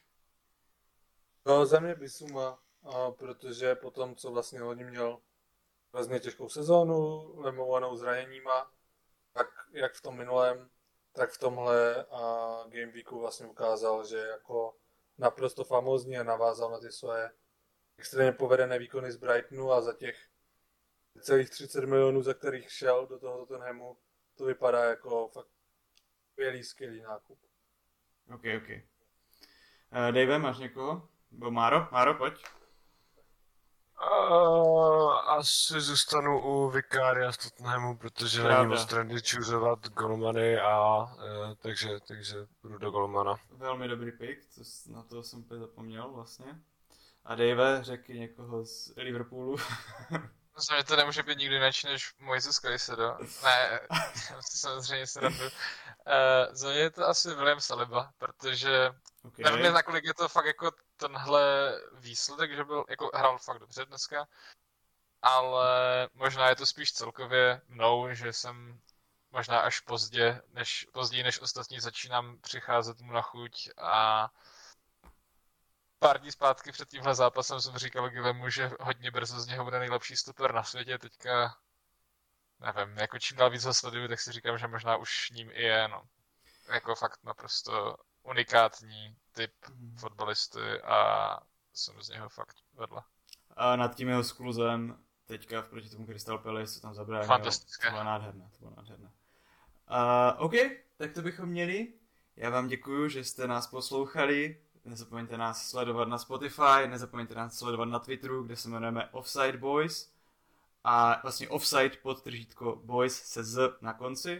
No, za mě Bissouma, a protože potom, co vlastně loni měl hrozně těžkou sezónu, lemovanou zraněníma, tak jak v tom minulém, tak v tomhle a Game Weeku vlastně ukázal, že jako naprosto famózní a navázal na ty své extrémně povedené výkony z Brightonu a za těch celých třicet milionů, za kterých šel do toho Tottenhamu, to vypadá jako fakt skvělý, skvělý nákup. OK, OK. Uh, Dave, máš někoho? Bo Máro? Máro, pojď. Uh, asi zůstanu u Vikária z Tottenhamu, protože Pravda. není moc trendy čůřovat golmany a uh, takže, takže půjdu do golmana. Velmi dobrý pick, to, s- na to jsem úplně zapomněl vlastně. A Dave, řekni někoho z Liverpoolu. Samozřejmě to nemůže být nikdy jinak než Moises Caicedo. Ne, samozřejmě se randu. Uh, za mě je to asi William Saliba, protože Okay. nevím, nakolik je to fakt jako tenhle výsledek, že byl, jako hrál fakt dobře dneska, ale možná je to spíš celkově mnou, že jsem možná až pozdě, než, později než ostatní začínám přicházet mu na chuť a pár dní zpátky před tímhle zápasem jsem říkal Gilemu, že hodně brzo z něho bude nejlepší stoper na světě, teďka nevím, jako čím dál víc ho sleduju, tak si říkám, že možná už ním i je, no. Jako fakt naprosto unikátní typ fotbalisty a jsem z něho fakt vedle. A nad tím jeho skluzem teďka proti tomu Crystal Palace se tam zabránil. Fantastické. To bylo nádherné, to bylo nádherné. Uh, OK, tak to bychom měli. Já vám děkuju, že jste nás poslouchali. Nezapomeňte nás sledovat na Spotify, nezapomeňte nás sledovat na Twitteru, kde se jmenujeme Offside Boys. A vlastně Offside podtržítko Boys se Z na konci.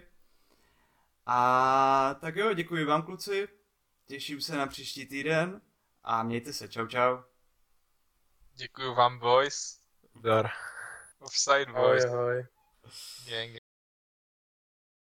A tak jo, děkuji vám kluci. Těším se na příští týden a mějte se. Čau, čau. Děkuju vám, boys. Dar. Offside, Ahoj, boys. ahoj. Gang.